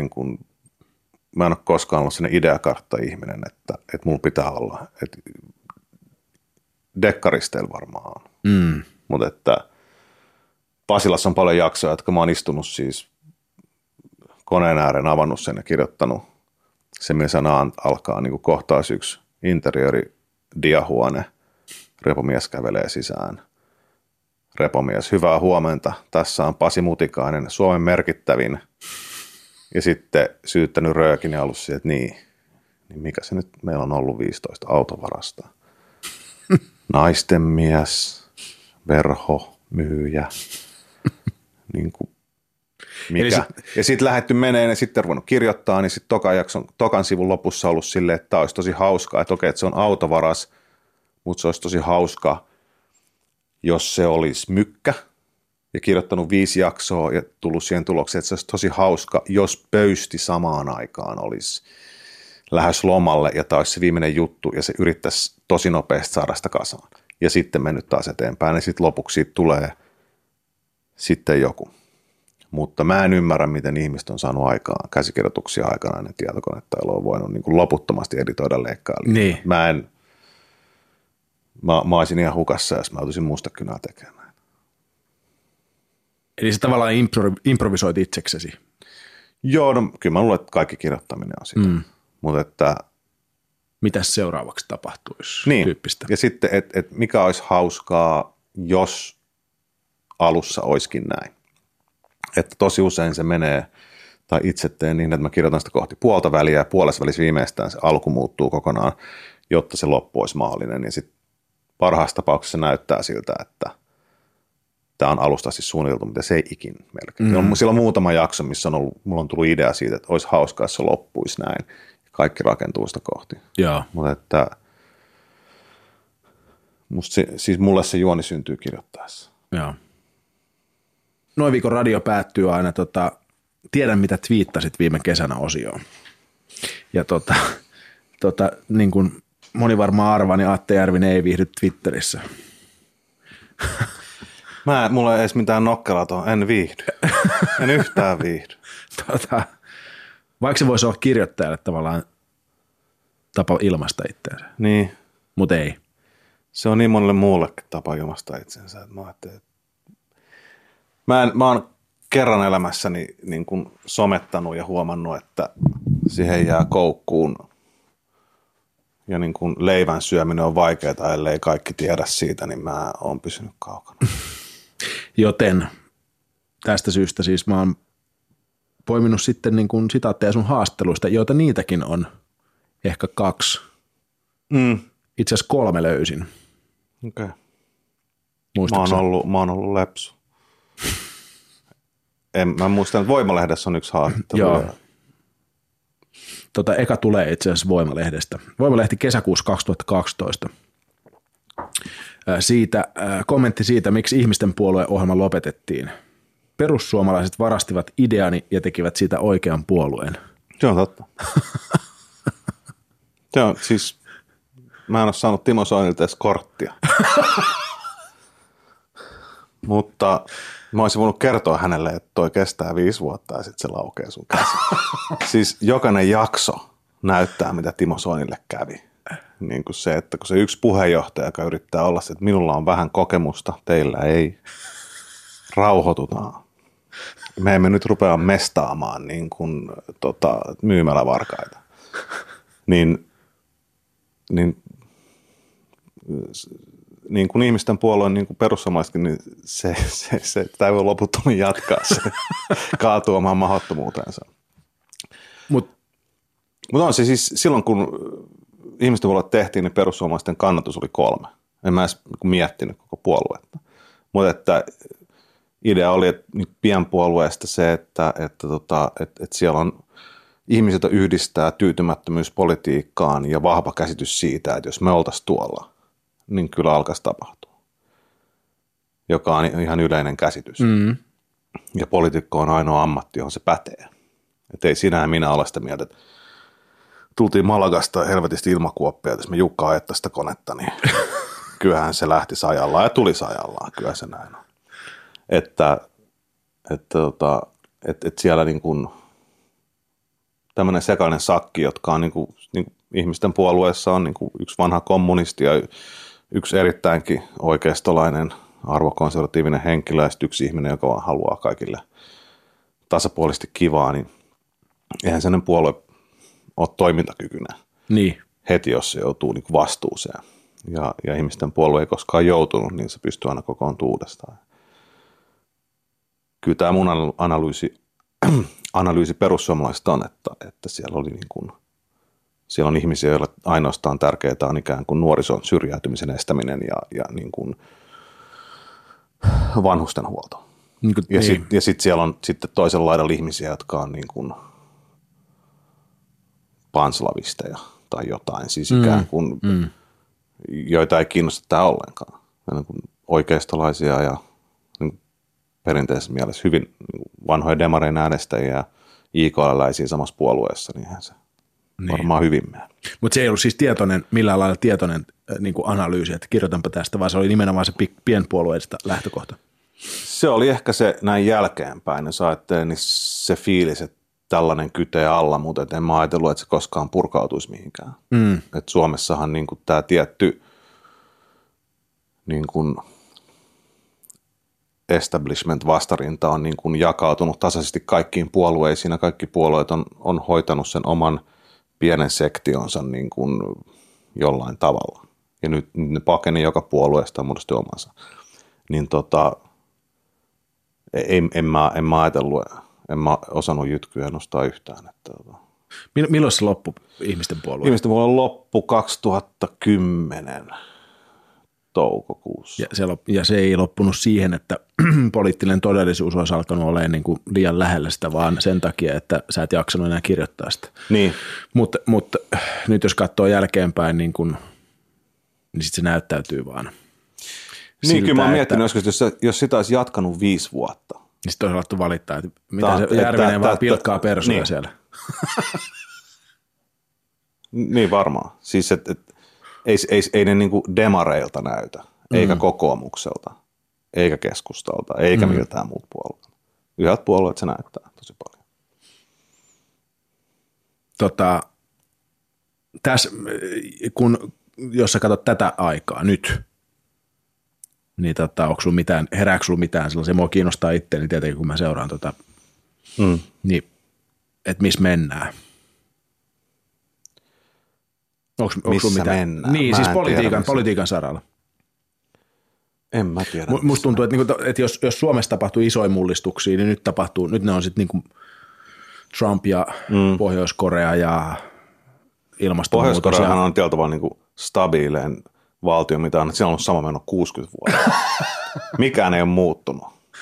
koskaan ollut sellainen ideakartta-ihminen, että mulla pitää olla. Dekkaristeilla varmaan on. Mutta että Pasilassa on paljon jaksoja, jotka mä oon istunut siis koneen ääreen, avannut sen ja kirjoittanut se, millä sana alkaa niin kuin kohtaus 1, interiöri, diahuone, repomies kävelee sisään. Repomies, hyvää huomenta, tässä on Pasi Mutikainen, Suomen merkittävin. Ja sitten syyttänyt röökin ja ollut siihen, että niin mikä se nyt, meillä on ollut 15 autovarasta. Naisten mies, verho, myyjä, niin kuin mikä. Ja sitten lähdetty meneen ja sitten ruvennut kirjoittaa, niin sitten tokan sivun lopussa ollut silleen, että tämä olisi tosi hauskaa, että okei, että se on autovaras, mutta se olisi tosi hauska, jos se olisi mykkä ja kirjoittanut 5 jaksoa ja tullut siihen tulokseen, että se olisi tosi hauska, jos pöysti samaan aikaan olisi lähes lomalle ja tämä olisi se viimeinen juttu ja se yrittäisi tosi nopeasti saada sitä kasaan. Ja sitten mennyt taas eteenpäin ja sitten lopuksi siitä tulee sitten joku. Mutta mä en ymmärrä, miten ihmiset on saanut aikaan käsikirjoituksia aikana ennen tietokonetta, jolla on voinut niin kuin loputtomasti editoida leikkailla. Niin. Mä olisin ihan hukassa, jos mä joutuisin mustakynää tekemään. Eli sä tavallaan improvisoit itseksesi. Joo, no kyllä mä luulen, että kaikki kirjoittaminen on sitä. Mutta että mitäs seuraavaksi tapahtuisi niin. Tyyppistä? Ja sitten, että mikä olisi hauskaa, jos alussa olisikin näin. Että tosi usein se menee, tai itse teen niin, että mä kirjoitan sitä kohti puolta väliä ja puolessa välissä viimeistään se alku muuttuu kokonaan, jotta se loppu olisi maallinen. Ja sitten parhaassa tapauksessa näyttää siltä, että tämä on alusta siis suunniteltu, mutta se ei ikin melkein. Siellä on muutama jakso, missä mulla on tullut idea siitä, että olisi hauskaa, jos se loppuisi näin. Kaikki rakentuu sitä kohti. Joo. Mutta että siis mulle se juoni syntyy kirjoittaessa. Joo. Noin viikon radio päättyy aina tiedän mitä twiittasit viime kesänä -osioon. Ja niin kuin moni varmaan arvaa, niin Atte Järvinen ei viihdy Twitterissä. Mulla ei edes mitään nokkelaton, en viihdy. En yhtään viihdy. Vaikka se voisi olla kirjoittajalle tavallaan tapa ilmaista itseänsä. Niin. Mutta ei. Se on niin monelle muullekin tapa ilmaista itsensä. Että mä ajattelin, mä oon kerran elämässäni niin kuin somettanut ja huomannut, että siihen jää koukkuun ja niin kuin leivän syöminen on vaikeaa, ellei kaikki tiedä siitä, niin mä oon pysynyt kaukana. Joten tästä syystä siis mä oon poiminut sitten niin kuin sitaatteja sun haastatteluista, joita niitäkin on ehkä 2. Itse asiassa 3 löysin. Okei. Okay. Mä oon ollut lepsu. Mä muistan, että Voimalehdessä on yksi haastattelu. Joo. Eka tulee itse asiassa Voimalehdestä. Voimalehti kesäkuussa 2012. Kommentti siitä, miksi Ihmisten puolue-ohjelma lopetettiin. Perussuomalaiset varastivat ideani ja tekivät siitä oikean puolueen. Se on totta. Se on siis, mä en ole saanut Timo Soinilta edes korttia. Mutta mä olisin voinut kertoa hänelle, että toi kestää 5 vuotta ja sitten se laukee sun käsiin. Siis jokainen jakso näyttää, mitä Timo Soinille kävi. Niin kuin se, että kun se yksi puheenjohtaja, joka yrittää olla se, että minulla on vähän kokemusta, teillä ei, rauhoitutaan. Me emme nyt rupea mestaamaan niin kuin, myymälävarkaita. Niin kuin Ihmisten puolueen, niin kuin perussuomalaisetkin, niin se ei voi loputtomiin jatkaa, se kaatuu omaan mahdottomuutensa. Mutta on se siis, silloin kun Ihmisten puolue tehtiin, niin perussuomalaisten kannatus oli 3. En mä edes miettinyt koko puoluetta. Mutta että idea oli, että pienpuolueesta se, että siellä on ihmiset yhdistää tyytymättömyys politiikkaan ja vahva käsitys siitä, että jos me oltaisiin tuolla, niin kyllä alkaisi tapahtua. joka on ihan yleinen käsitys. Ja poliitikko on ainoa ammatti, johon se pätee. Että ei sinähän minä ole sitä mieltä, että tultiin Malagasta helvetisti ilmakuoppia, että jos me Jukka ajettaa sitä konetta, niin kyllähän se lähti ajallaan ja tuli ajallaan. Kyllä se näin on. Että siellä niin kuin tämmöinen sekainen sakki, jotka on niin kuin ihmisten puolueessa on niin kuin yksi vanha kommunisti ja yksi erittäinkin oikeistolainen arvokonservatiivinen henkilö ja yksi ihminen, joka vaan haluaa kaikille tasapuolisesti kivaa, niin eihän sellainen puolue ole toimintakykyinen heti, jos se joutuu niin kuin vastuuseen. Ja ihmisten puolue ei koskaan joutunut, niin se pystyy aina kokoontumaan uudestaan. Kyllä tämä mun analyysi perussuomalaisista on, että siellä oli niin kuin, siellä on ihmisiä, joilla ainoastaan tärkeää on ikään kuin nuorison syrjäytymisen estäminen ja niin kuin vanhustenhuolto. Ja sitten siellä on sitten toisella laidalla ihmisiä, jotka on niin kuin panslavisteja tai jotain, siis ikään kuin, joita ei kiinnosta tämä ollenkaan. Niin kuin oikeistolaisia ja niin perinteisessä mielessä hyvin niin vanhoja demareiden äänestäjiä ja IKL-läisiä samassa puolueessa, niin eihän se varmaan hyvin mene. Mutta se ei ollut siis tietoinen, millään lailla tietoinen niin kuin analyysi, että kirjoitanpa tästä, vaan se oli nimenomaan se pienpuolueista lähtökohta. Se oli ehkä se näin jälkeenpäin, jos ajattelee, niin se fiilis, että tällainen kytee alla, mutta en mä ajatellut, että se koskaan purkautuisi mihinkään. Et Suomessahan niin kuin tämä tietty niin kuin establishment-vastarinta on niin kuin jakautunut tasaisesti kaikkiin puolueisiin, ja kaikki puolueet on hoitanut sen oman pienen sektionsa niin kuin jollain tavalla. Ja nyt ne pakeni joka puolueesta muodosti omansa. Niin en mä ajatellut, en mä osannut jytkyä nostaa yhtään. Milloin se loppui ihmisten puolue? Ihmisten puolue loppui 2010 toukokuussa. Ja se ei loppunut siihen, että poliittinen todellisuus olisi alkanut olemaan niin kuin liian lähellä sitä, vaan sen takia, että sä et jaksanut enää kirjoittaa sitä. Niin. Mutta nyt jos katsoo jälkeenpäin, niin sitten se näyttäytyy vaan. Niin, siltä, kyllä mä oon miettinyt, jos sitä olisi jatkanut 5 vuotta. Niin sitten olisi alettu valittaa, että mitä se Järvinen vaan pilkkaa persoja niin. Siellä. Niin varmaan. Siis ei ne niinku demareilta näytä, eikä kokoomukselta, eikä keskustalta, eikä miltään muut puolueet. Yhdet puolueet se näyttää tosi paljon. Tässä, jos sä katsot tätä aikaa nyt, niin herääkö sulla mitään sellaisia, mua kiinnostaa itseäni tietenkin, kun mä seuraan niin, että missä mennään? Missä mennään? Niin, siis politiikan saralla. En mä tiedä. Musta tuntuu, että jos Suomessa tapahtuu isoja mullistuksia, niin nyt ne on sitten niin Trump ja Pohjois-Korea ja ilmastonmuutos. Pohjois-Koreahan on tietyllä tavalla niin stabiileen valtio, mitä on, siellä on ollut sama meno 60 vuotta. Mikään ei ole muuttunut.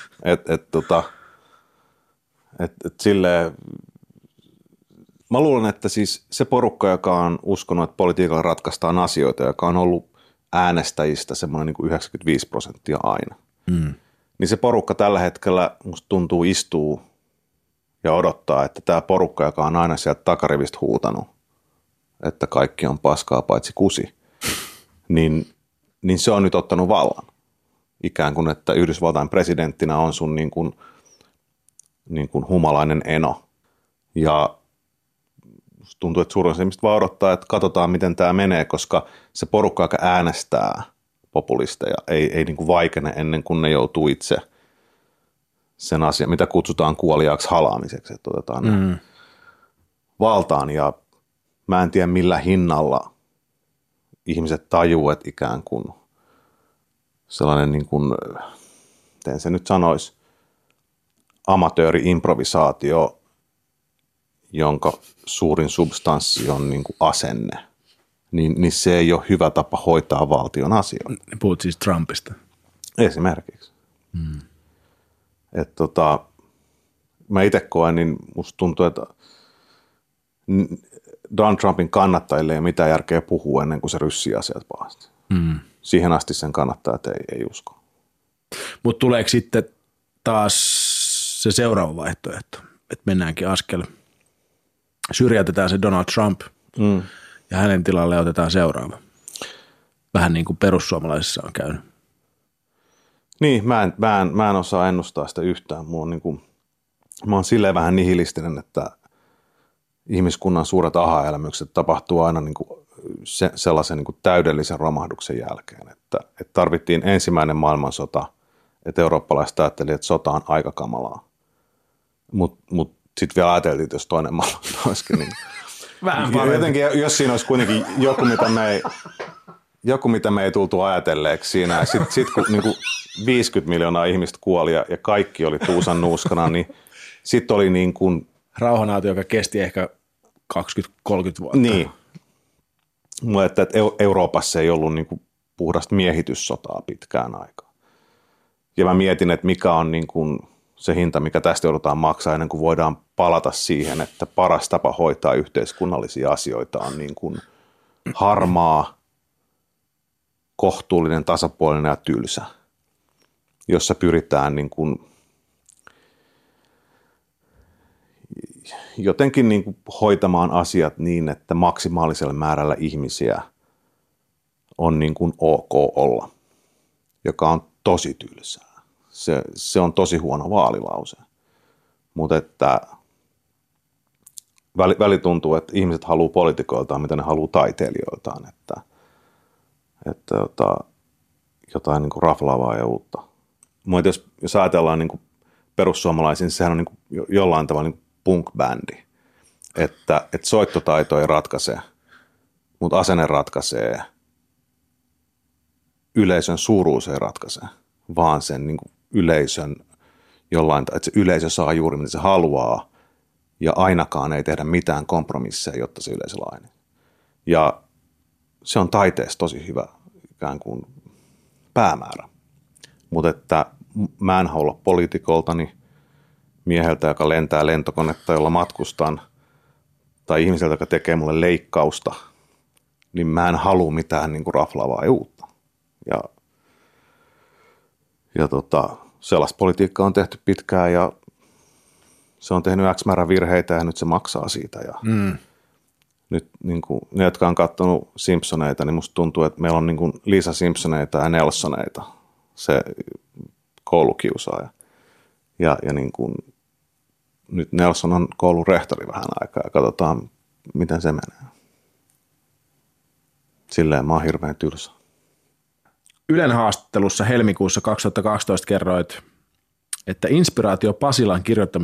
Silleen, mä luulen, että siis se porukka, joka on uskonut, että politiikalla ratkaistaan asioita, joka on ollut äänestäjistä semmoinen niin 95% aina, niin se porukka tällä hetkellä musta tuntuu istuu ja odottaa, että tämä porukka, joka on aina sieltä takarivistä huutanut, että kaikki on paskaa paitsi kusi, niin se on nyt ottanut vallan. Ikään kuin, että Yhdysvaltain presidenttinä on sun niin kuin humalainen eno. Ja tuntuu, että suurin osa ihmistä vaan odottaa, että katsotaan, miten tämä menee, koska se porukka, joka äänestää populisteja, ei niin kuin vaikene ennen kuin ne joutuu itse sen asian, mitä kutsutaan kuoliaaksi halaamiseksi, että otetaan valtaan. Ja mä en tiedä, millä hinnalla ihmiset tajuu, että ikään kuin sellainen, niin kuin, miten se nyt sanoisi, amatööri-improvisaatio, jonka suurin substanssi on niin kuin asenne, niin se ei ole hyvä tapa hoitaa valtion asioita. Puhut siis Trumpista. Esimerkiksi. Mä itse koen, niin musta tuntuu, että Donald Trumpin kannattajille ei ole mitään järkeä puhua ennen kuin se ryssii asiat pahasti. Siihen asti sen kannattajat ei usko. Mutta tuleeko sitten taas se seuraava vaihtoehto, että mennäänkin askel, syrjäytetään se Donald Trump ja hänen tilalle otetaan seuraava. Vähän niin kuin perussuomalaisissa on käynyt. Niin, mä en osaa ennustaa sitä yhtään. Mä oon silleen vähän nihilistinen, että ihmiskunnan suuret aha-elämykset tapahtuu aina niin kuin sellaisen niin kuin täydellisen romahduksen jälkeen, että tarvittiin ensimmäinen maailmansota, että eurooppalaiset ajattelivat, että sota on aika kamalaa. Mut sitten vielä ajateltiin, että jos toinen maailmansota olisikin, niin vähän parempi. Jotenkin, jos siinä olisi kuitenkin joku, mitä me ei tultu ajatelleeksi siinä, ja sitten kun niin kuin 50 miljoonaa ihmistä kuoli ja kaikki oli tuusan nuuskana, niin sitten oli niin kuin rauhanaatio, joka kesti ehkä 20-30 vuotta. Niin. Että Euroopassa ei ollut niin kuin puhdasta miehityssotaa pitkään aikaa. Ja mä mietin, että mikä on niin kuin se hinta, mikä tästä joudutaan maksaa ennen kuin voidaan palata siihen, että paras tapa hoitaa yhteiskunnallisia asioita on niin kuin harmaa, kohtuullinen, tasapuolinen ja tylsä, jossa pyritään niin kuin jotenkin niin kuin hoitamaan asiat niin, että maksimaalisella määrällä ihmisiä on niin kuin ok olla, joka on tosi tylsää. Se on tosi huono vaalilause, mutta että väli tuntuu, että ihmiset haluaa poliitikoiltaan, mitä ne haluaa taiteilijoiltaan, että jotain niin kuin raflaavaa ja uutta. Mutta jos ajatellaan niin kuin perussuomalaisiin, niin sehän on niin kuin jollain tavalla niin punk-bändi, että soittotaito ei ratkaise, mutta asenne ratkaisee, yleisön suuruus ei ratkaise, vaan sen niin kuin yleisön että se yleisö saa juuri mitä se haluaa ja ainakaan ei tehdä mitään kompromisseja, jotta se yleisö lainaa. Ja se on taiteessa tosi hyvä ikään kuin päämäärä, mutta että mä en halua poliitikoltani, mieheltä, joka lentää lentokonetta, jolla matkustan, tai ihmiseltä, joka tekee mulle leikkausta, niin mä en halua mitään niin kuin raflaavaa ja uutta. Ja sellaista politiikkaa on tehty pitkään, ja se on tehnyt X määrä virheitä, ja nyt se maksaa siitä. Ja nyt niin kuin, ne, jotka on katsonut Simpsoneita, niin musta tuntuu, että meillä on niin kuin Lisa Simpsoneita ja Nelsoneita, se koulukiusaaja. Ja niin kuin nyt Nelson on koulun rehtori vähän aikaa ja katsotaan, miten se menee. Silleen mä oon hirveän tylsä. Ylen haastattelussa helmikuussa 2012 kerroit, että inspiraation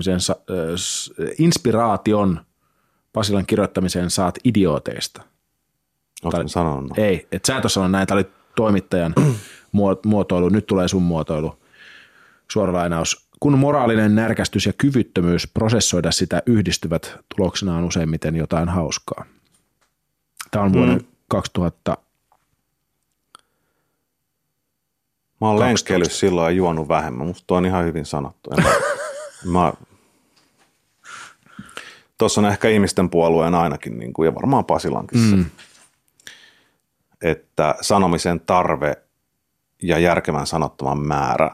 Pasilan kirjoittamiseen saat idiooteista. Oletko sanonut? Ei, että sä et ole sanonut näin, tämä oli toimittajan muotoilu, nyt tulee sun muotoilu. Suora lainaus. Kun moraalinen närkästys ja kyvyttömyys prosessoida sitä yhdistyvät, tuloksena on useimmiten jotain hauskaa. Tämä on vuoden 2000. Mä oon lenkkeillyt silloin ja juonut vähemmän. Musta tuo on ihan hyvin sanottu. Tuossa on ehkä ihmisten puolueen ainakin, niin kuin, ja varmaan Pasilankin se, että sanomisen tarve ja järkevän sanottavan määrä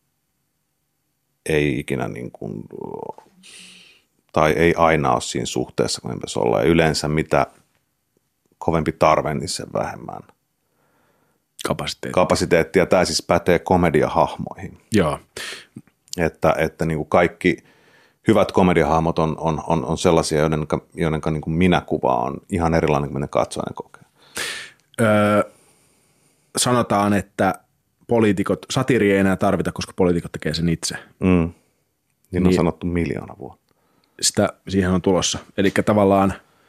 ei ikinä niin kuin, tai ei aina ole siinä suhteessa, kun pitäisi olla. Ja yleensä mitä kovempi tarve, niin sen vähemmän kapasiteettia. Tämä siis pätee komediahahmoihin. Joo. Että niin kuin kaikki hyvät komediahahmot on sellaisia, joiden niin kuin minäkuva on ihan erilainen kuin ne katsojan kokee. Sanotaan, että satiiri ei enää tarvita, koska poliitikot tekee sen itse. Niin on sanottu 1 000 000 vuotta. Siihen on tulossa. Eli tavallaan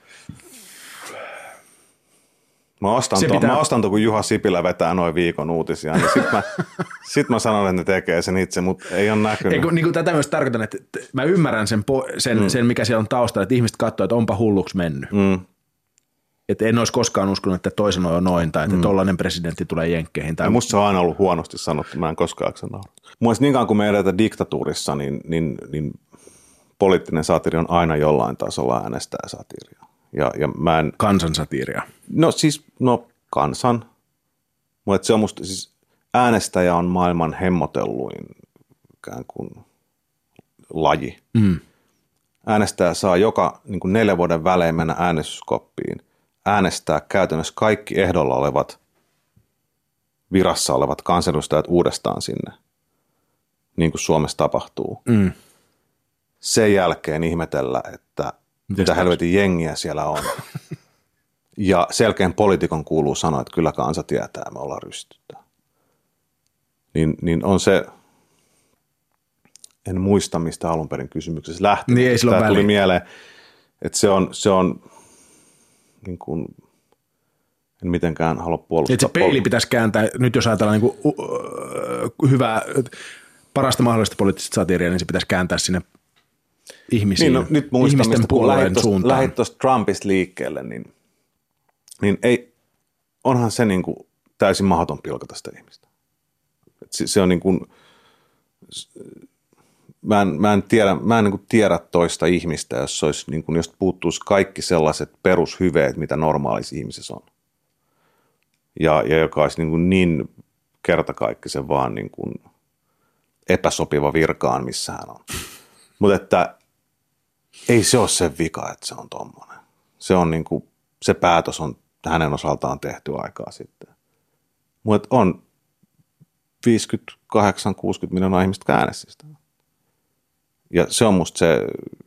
Mä ostan kun Juha Sipilä vetää noin viikon uutisia, niin sit mä sanon, että ne tekee sen itse, mutta ei ole näkynyt. Niin kuin tätä myös tarkoitan, että mä ymmärrän sen, mikä siellä on taustalla, että ihmiset katsoo, että onpa hulluksi mennyt. Että en olisi koskaan uskonut, että toisen on noin, tai että tollainen presidentti tulee jenkkeihin. Tai musta se on aina ollut huonosti sanottu, mä en koskaan naurata. Mun mielestä niin kauan kuin me edetään diktatuurissa, niin poliittinen satiiri on aina jollain tasolla äänestää satiiria. Ja mä en kansansatiiria. No kansan. Mutta se on musta siis äänestäjä on maailman hemmotelluin ikään kuin laji. Äänestäjä saa joka niin kuin 4 vuoden välein mennä äänestyskoppiin, äänestää käytännössä kaikki ehdolla olevat, virassa olevat kansanedustajat uudestaan sinne, niin kuin Suomessa tapahtuu. Sen jälkeen ihmetellä, että mitä helvetin jengiä siellä on. Ja selkeän poliitikon kuuluu sanoa, että kyllä kansa tietää, me ollaan rystyttä. Niin on se, en muista mistä alun perin kysymyksessä lähti. Niin ei tämä tuli mieleen, että se on niin kuin, en mitenkään halua puolustaa. Että se peili pitäisi kääntää, nyt jos ajatellaan niin kuin, hyvää, parasta mahdollista poliittista satiiria, niin se pitäisi kääntää sinne ihmisiin, niin, no, nyt ihmisten puolueen suuntaan. Lähdit tuosta Trumpista liikkeelle, niin ei, onhan se niin kuin täysin mahdoton pilkata sitä ihmistä. Se on niin kuin, mä en niin kuin tiedä toista ihmistä, jos olisi niin kuin, jos puuttuisi kaikki sellaiset perushyveet, mitä normaalissa ihmisessä on. Ja joka olisi niin kertakaikkisen vaan niin kuin epäsopiva virkaan, missä hän on. Mutta että ei se ole se vika, että se on tommoinen. Se on niin kuin, se päätös on hänen osaltaan tehty aikaa sitten. Mutta on 58-60 miljoonaa ihmistä äänesti sitä. Ja se on musta se,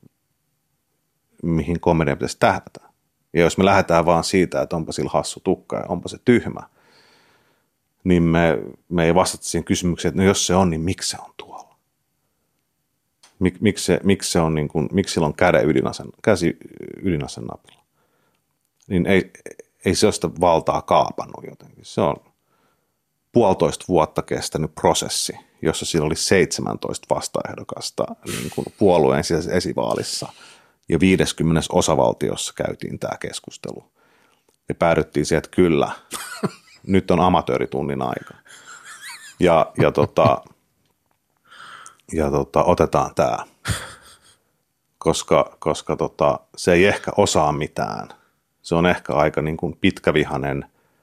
mihin komedia pitäisi tähdätä. Ja jos me lähdetään vaan siitä, että onpa sillä hassu tukka ja onpa se tyhmä, niin me ei vastata siihen kysymykseen, että no jos se on, niin miksi se on tuolla? Miksi se on niin kuin, miksi sillä on käsi ydinasen napilla? Niin ei se ole sitä valtaa kaapannut jotenkin. Se on 1,5 vuotta kestänyt prosessi, jossa sillä oli 17 vastaehdokasta niin kuin puolueen sisäisessä esivaalissa. Ja 50 osavaltiossa käytiin tämä keskustelu. Ja päädyttiin siihen, että kyllä, nyt on amatööritunnin aika. Ja otetaan tämä, koska se ei ehkä osaa mitään. Se on ehkä aika niin kuin pitkävihainen,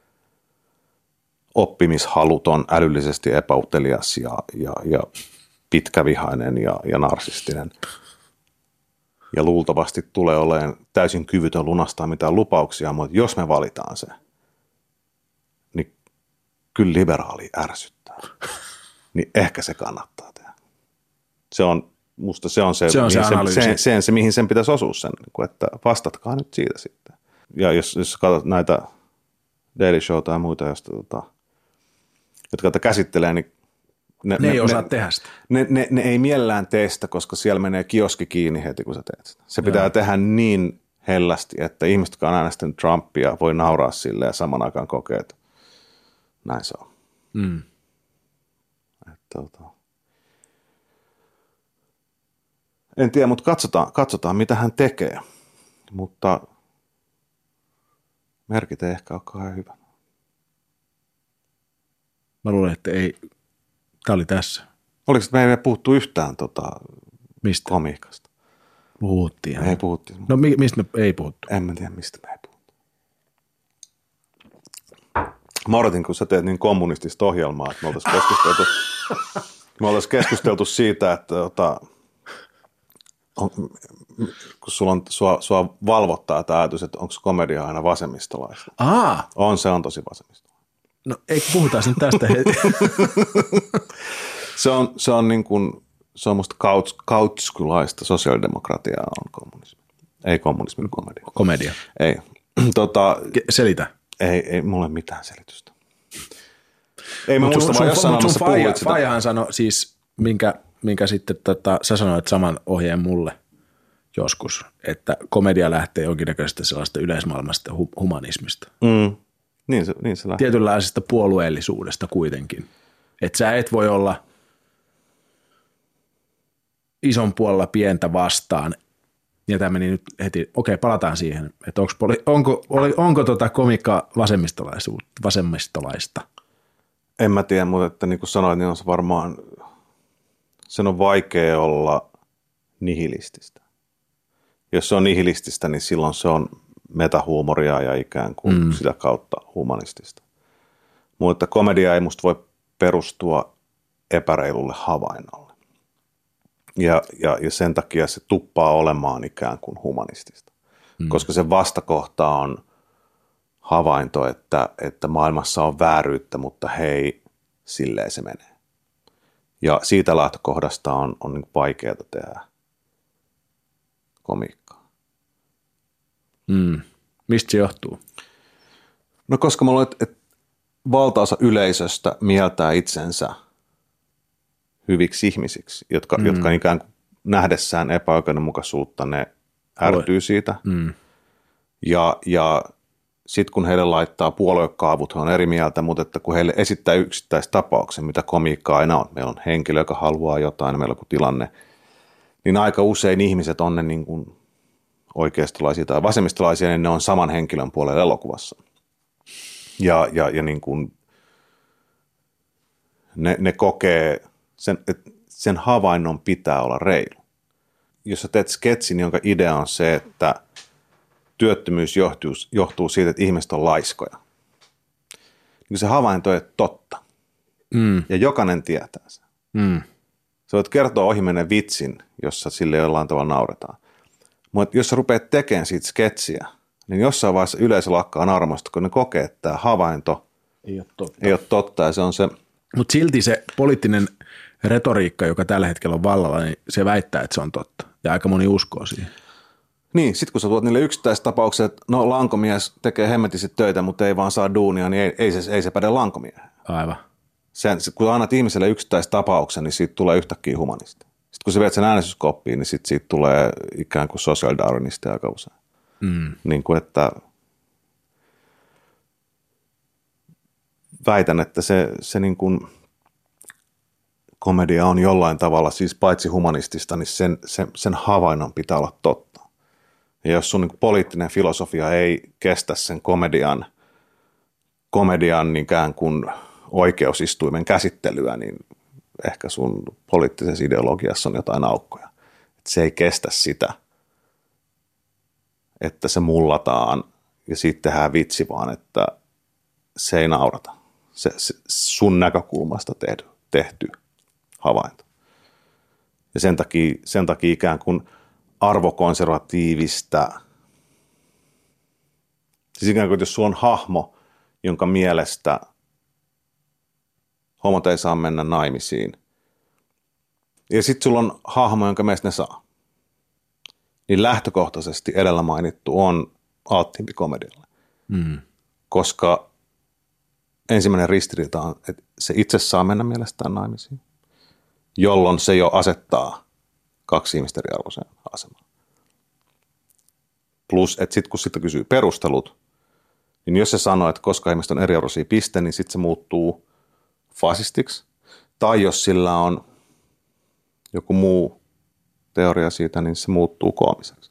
oppimishaluton, älyllisesti epäutelias ja pitkävihainen ja narsistinen. Ja luultavasti tulee olemaan täysin kyvytön lunastaa mitään lupauksia, mutta jos me valitaan se, niin kyllä liberaali ärsyttää. Niin ehkä se kannattaa tehdä. Musta se on se mihin sen pitäisi osua sen, että vastatkaa nyt siitä sitten. Ja jos katsot näitä Daily Showta ja muita, jotka tätä käsittelee, niin ne ei osaa tehdä sitä. Ne ei mielellään tee sitä, koska siellä menee kioski kiinni heti, kun sä teet sitä. Se pitää tehdä niin hellästi, että ihmiset, jotka on äänestänyt Trumpia, voi nauraa silleen ja saman aikaan kokea, että näin se on. En tiedä, mutta katsotaan, mitä hän tekee. Mutta merkit ei ehkä ole kauhean hyvä. Mä luulen, että ei. Tämä oli tässä. Oliko, että me ei puhuttu yhtään mistä? Komiikasta? Puhuttiin. Me ei puhuttiin. No mistä me ei puhuttu? En mä tiedä, mistä me ei puhuttu. Mä odotin, kun sä teet niin kommunistista ohjelmaa, että me oltaisiin keskusteltu siitä, että kun sua valvottaa tämä ajatus, että onko komedia aina vasemmistolaista. Se on tosi vasemmistolaista. No ei puhutaan nyt tästä heti. se on niin kuin, se on musta kautskulaista sosiaalidemokratiaa on kommunismi. Ei kommunismin komedia. Komedia. Ei. Selitä. Ei mulle mitään selitystä. Ei mä muista vaan jossain aamassa puhuit sitä. Faijahan sanoi siis, minkä sitten sä sanoit saman ohjeen mulle joskus, että komedia lähtee jonkinnäköisestä sellaista yleismaailmasta humanismista. Niin se lähtee. Tietynlaisesta puolueellisuudesta kuitenkin. Että sä et voi olla ison puolella pientä vastaan. Ja tämä meni nyt heti, palataan siihen, että onko komiikka vasemmistolaista? En mä tiedä, mutta että niin kuin sanoit, niin on se varmaan, sen on vaikea olla nihilististä. Jos se on nihilististä, niin silloin se on metahuumoria ja ikään kuin sitä kautta humanistista. Mutta komedia ei musta voi perustua epäreilulle havainnolle. Ja sen takia se tuppaa olemaan ikään kuin humanistista, koska se vastakohta on havainto, että maailmassa on vääryyttä, mutta hei, silleen se menee. Ja siitä lähtökohdasta on niin vaikeaa tehdä komiikkaa. Mistä se johtuu? No koska mä luulen, että valtaosa yleisöstä mieltää itsensä hyviksi ihmisiksi, jotka ikään kuin nähdessään epäoikeudenmukaisuutta, ne ärtyy siitä. Ja sitten kun heille laittaa puoluekaavut, he on eri mieltä, mutta että kun heille esittää yksittäistapauksen, mitä komiikkaa aina on, meillä on henkilö, joka haluaa jotain, meillä on joku tilanne, niin aika usein ihmiset on ne niin kuin oikeistolaisia tai vasemmistolaisia, niin ne on saman henkilön puolella elokuvassa. Ja niin kuin ne kokee, että sen havainnon pitää olla reilu. Jos sä teet sketsin, jonka idea on se, että työttömyys johtuu siitä, että ihmiset on laiskoja, niin se havainto ei ole totta. Ja jokainen tietää sen. Sä voit kertoa ohimennen vitsin, jossa sille jollain tavalla nauretaan. Mutta jos sä rupeat tekemään siitä sketsiä, niin jossain vaiheessa yleisö lakkaa nauramasta, kun ne kokee, että tämä havainto ei ole totta. Ja se on se. Mutta silti se poliittinen retoriikka, joka tällä hetkellä on vallalla, niin se väittää, että se on totta. Ja aika moni uskoo siihen. Niin, sitten kun sä tuot niille yksittäistapaukset, että no lankomies tekee hemmetisti töitä, mutta ei vaan saa duunia, niin ei se päde lankomiehen. Aivan. Kun annat ihmiselle yksittäistapauksen, niin siitä tulee yhtäkkiä humanisti. Sitten kun sä viet sen äänestyskoppiin, niin siitä tulee ikään kuin sosiaalidarwinisti aika usein. Niin kuin että väitän, että se niin kuin komedia on jollain tavalla, siis paitsi humanistista, niin sen havainnon pitää olla totta. Ja jos sun niin kuin poliittinen filosofia ei kestä sen komedian ikään kuin oikeusistuimen käsittelyä, niin ehkä sun poliittisessa ideologiassa on jotain aukkoja. Että se ei kestä sitä, että se mullataan ja sitten tehdään vitsi, vaan että se ei naurata. Se sun näkökulmasta tehty havainto. Ja sen takia ikään kuin arvokonservatiivista, siis ikään kuin jos sulla on hahmo, jonka mielestä homot ei saa mennä naimisiin, ja sitten sulla on hahmo, jonka mielestä ne saa, niin lähtökohtaisesti edellä mainittu on alttiimpi komedialle. Koska ensimmäinen ristiriita on, että se itse saa mennä mielestään naimisiin, jolloin se jo asettaa kaksi ihmistä eriarvoiseen asemaan. Plus, että sitten kun sitä kysyy perustelut, niin jos se sanoo, että koska ihmiset on eriarvoisia piste, niin sitten se muuttuu fasistiksi. Tai jos sillä on joku muu teoria siitä, niin se muuttuu koomiseksi.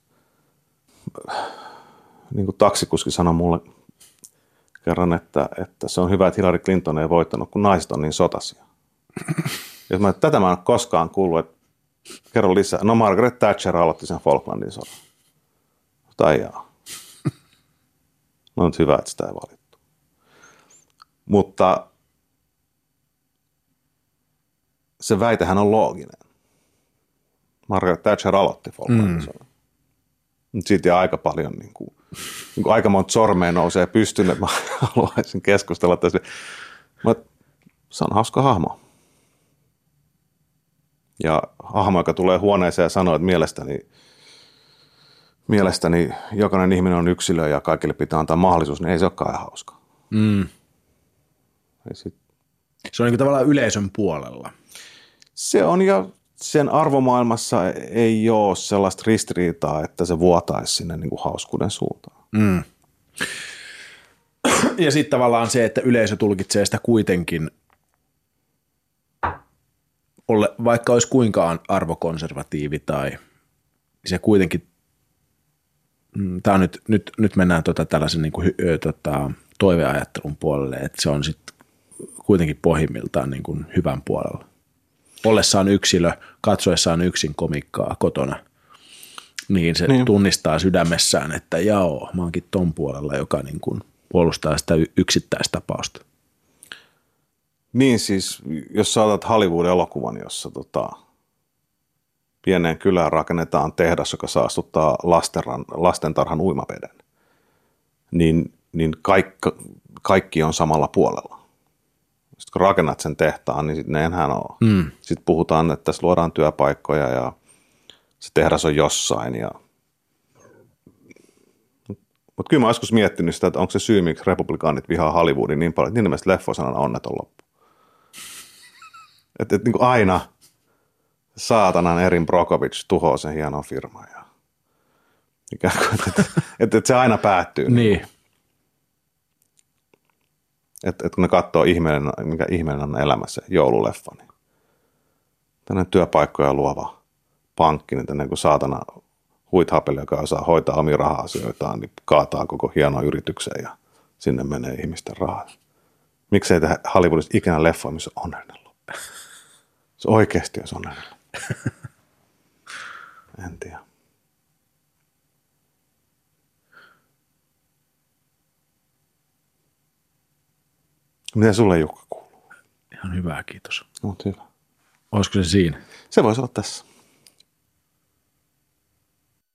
Niin kuin taksikuski sanoi mulle kerran, että se on hyvä, että Hillary Clinton ei voittanut, kun naiset on niin sotaisia. Ja tätä mä en ole koskaan kuullut, että kerro lisää. No Margaret Thatcher aloitti sen Falklandin sodan. Tai jaa. No nyt hyvä, että sitä ei valittu. Mutta se väitehän on looginen. Margaret Thatcher aloitti Falklandin sodan. Nyt siitä jää aika paljon, niin kuin aika monta sormea nousee pystyyn, että mä haluaisin keskustella tästä. Se on hauska hahmo. Ja hahmo, joka tulee huoneeseen ja sanoo, että mielestäni jokainen ihminen on yksilö ja kaikille pitää antaa mahdollisuus, niin ei se olekaan hauska. Se on niin kuin tavallaan yleisön puolella. Se on, ja sen arvomaailmassa ei ole sellaista ristiriitaa, että se vuotaisi sinne niin kuin hauskuuden suuntaan. Ja sitten tavallaan se, että yleisö tulkitsee sitä kuitenkin, vaikka olisi kuinka arvokonservatiivi tai se kuitenkin, tämä on nyt mennään tällaisen niin kuin, toiveajattelun puolelle, että se on sitten kuitenkin pohjimmiltaan niin kuin hyvän puolella. Ollessaan yksilö, katsoessaan yksin komikkaa kotona, niin se tunnistaa sydämessään, että joo, mä oonkin ton puolella, joka niin kuin puolustaa sitä yksittäistapausta. Niin siis, jos sä otat Hollywood-elokuvan, jossa pieneen kylään rakennetaan tehdas, joka saastuttaa lastentarhan uimaveden, niin kaikki on samalla puolella. Sitten kun rakennat sen tehtaan, niin sitten ne enää ole. Sitten puhutaan, että tässä luodaan työpaikkoja ja se tehdas on jossain. Mutta kyllä mä joskus miettinyt sitä, että onko se syy, miksi republikaanit vihaa Hollywoodin niin paljon, että niiden mielestä leffoissa on onneton loppu. Että niin kuin aina saatanan Erin Brockovich tuhoaa sen hienon firman. Että se aina päättyy. Niin. Että kun ne katsoo mikä ihmeellinen on elämässä, joululeffa, niin tämmöinen työpaikkoja luova pankki, niin tänne kun saatana huithapeli, joka osaa hoitaa omia raha-asioitaan, niin kaataa koko hienoa yritykseen ja sinne menee ihmisten rahat. Miksei tehdä Hollywoodissa ikinä leffoja, missä on onnellinen loppu? Se oikeasti on onnellinen loppu. En tiedä. Miten sulle, Jukka, kuuluu? Ihan hyvä, kiitos. Oot hyvä. Olisiko se siinä? Se voisi olla tässä.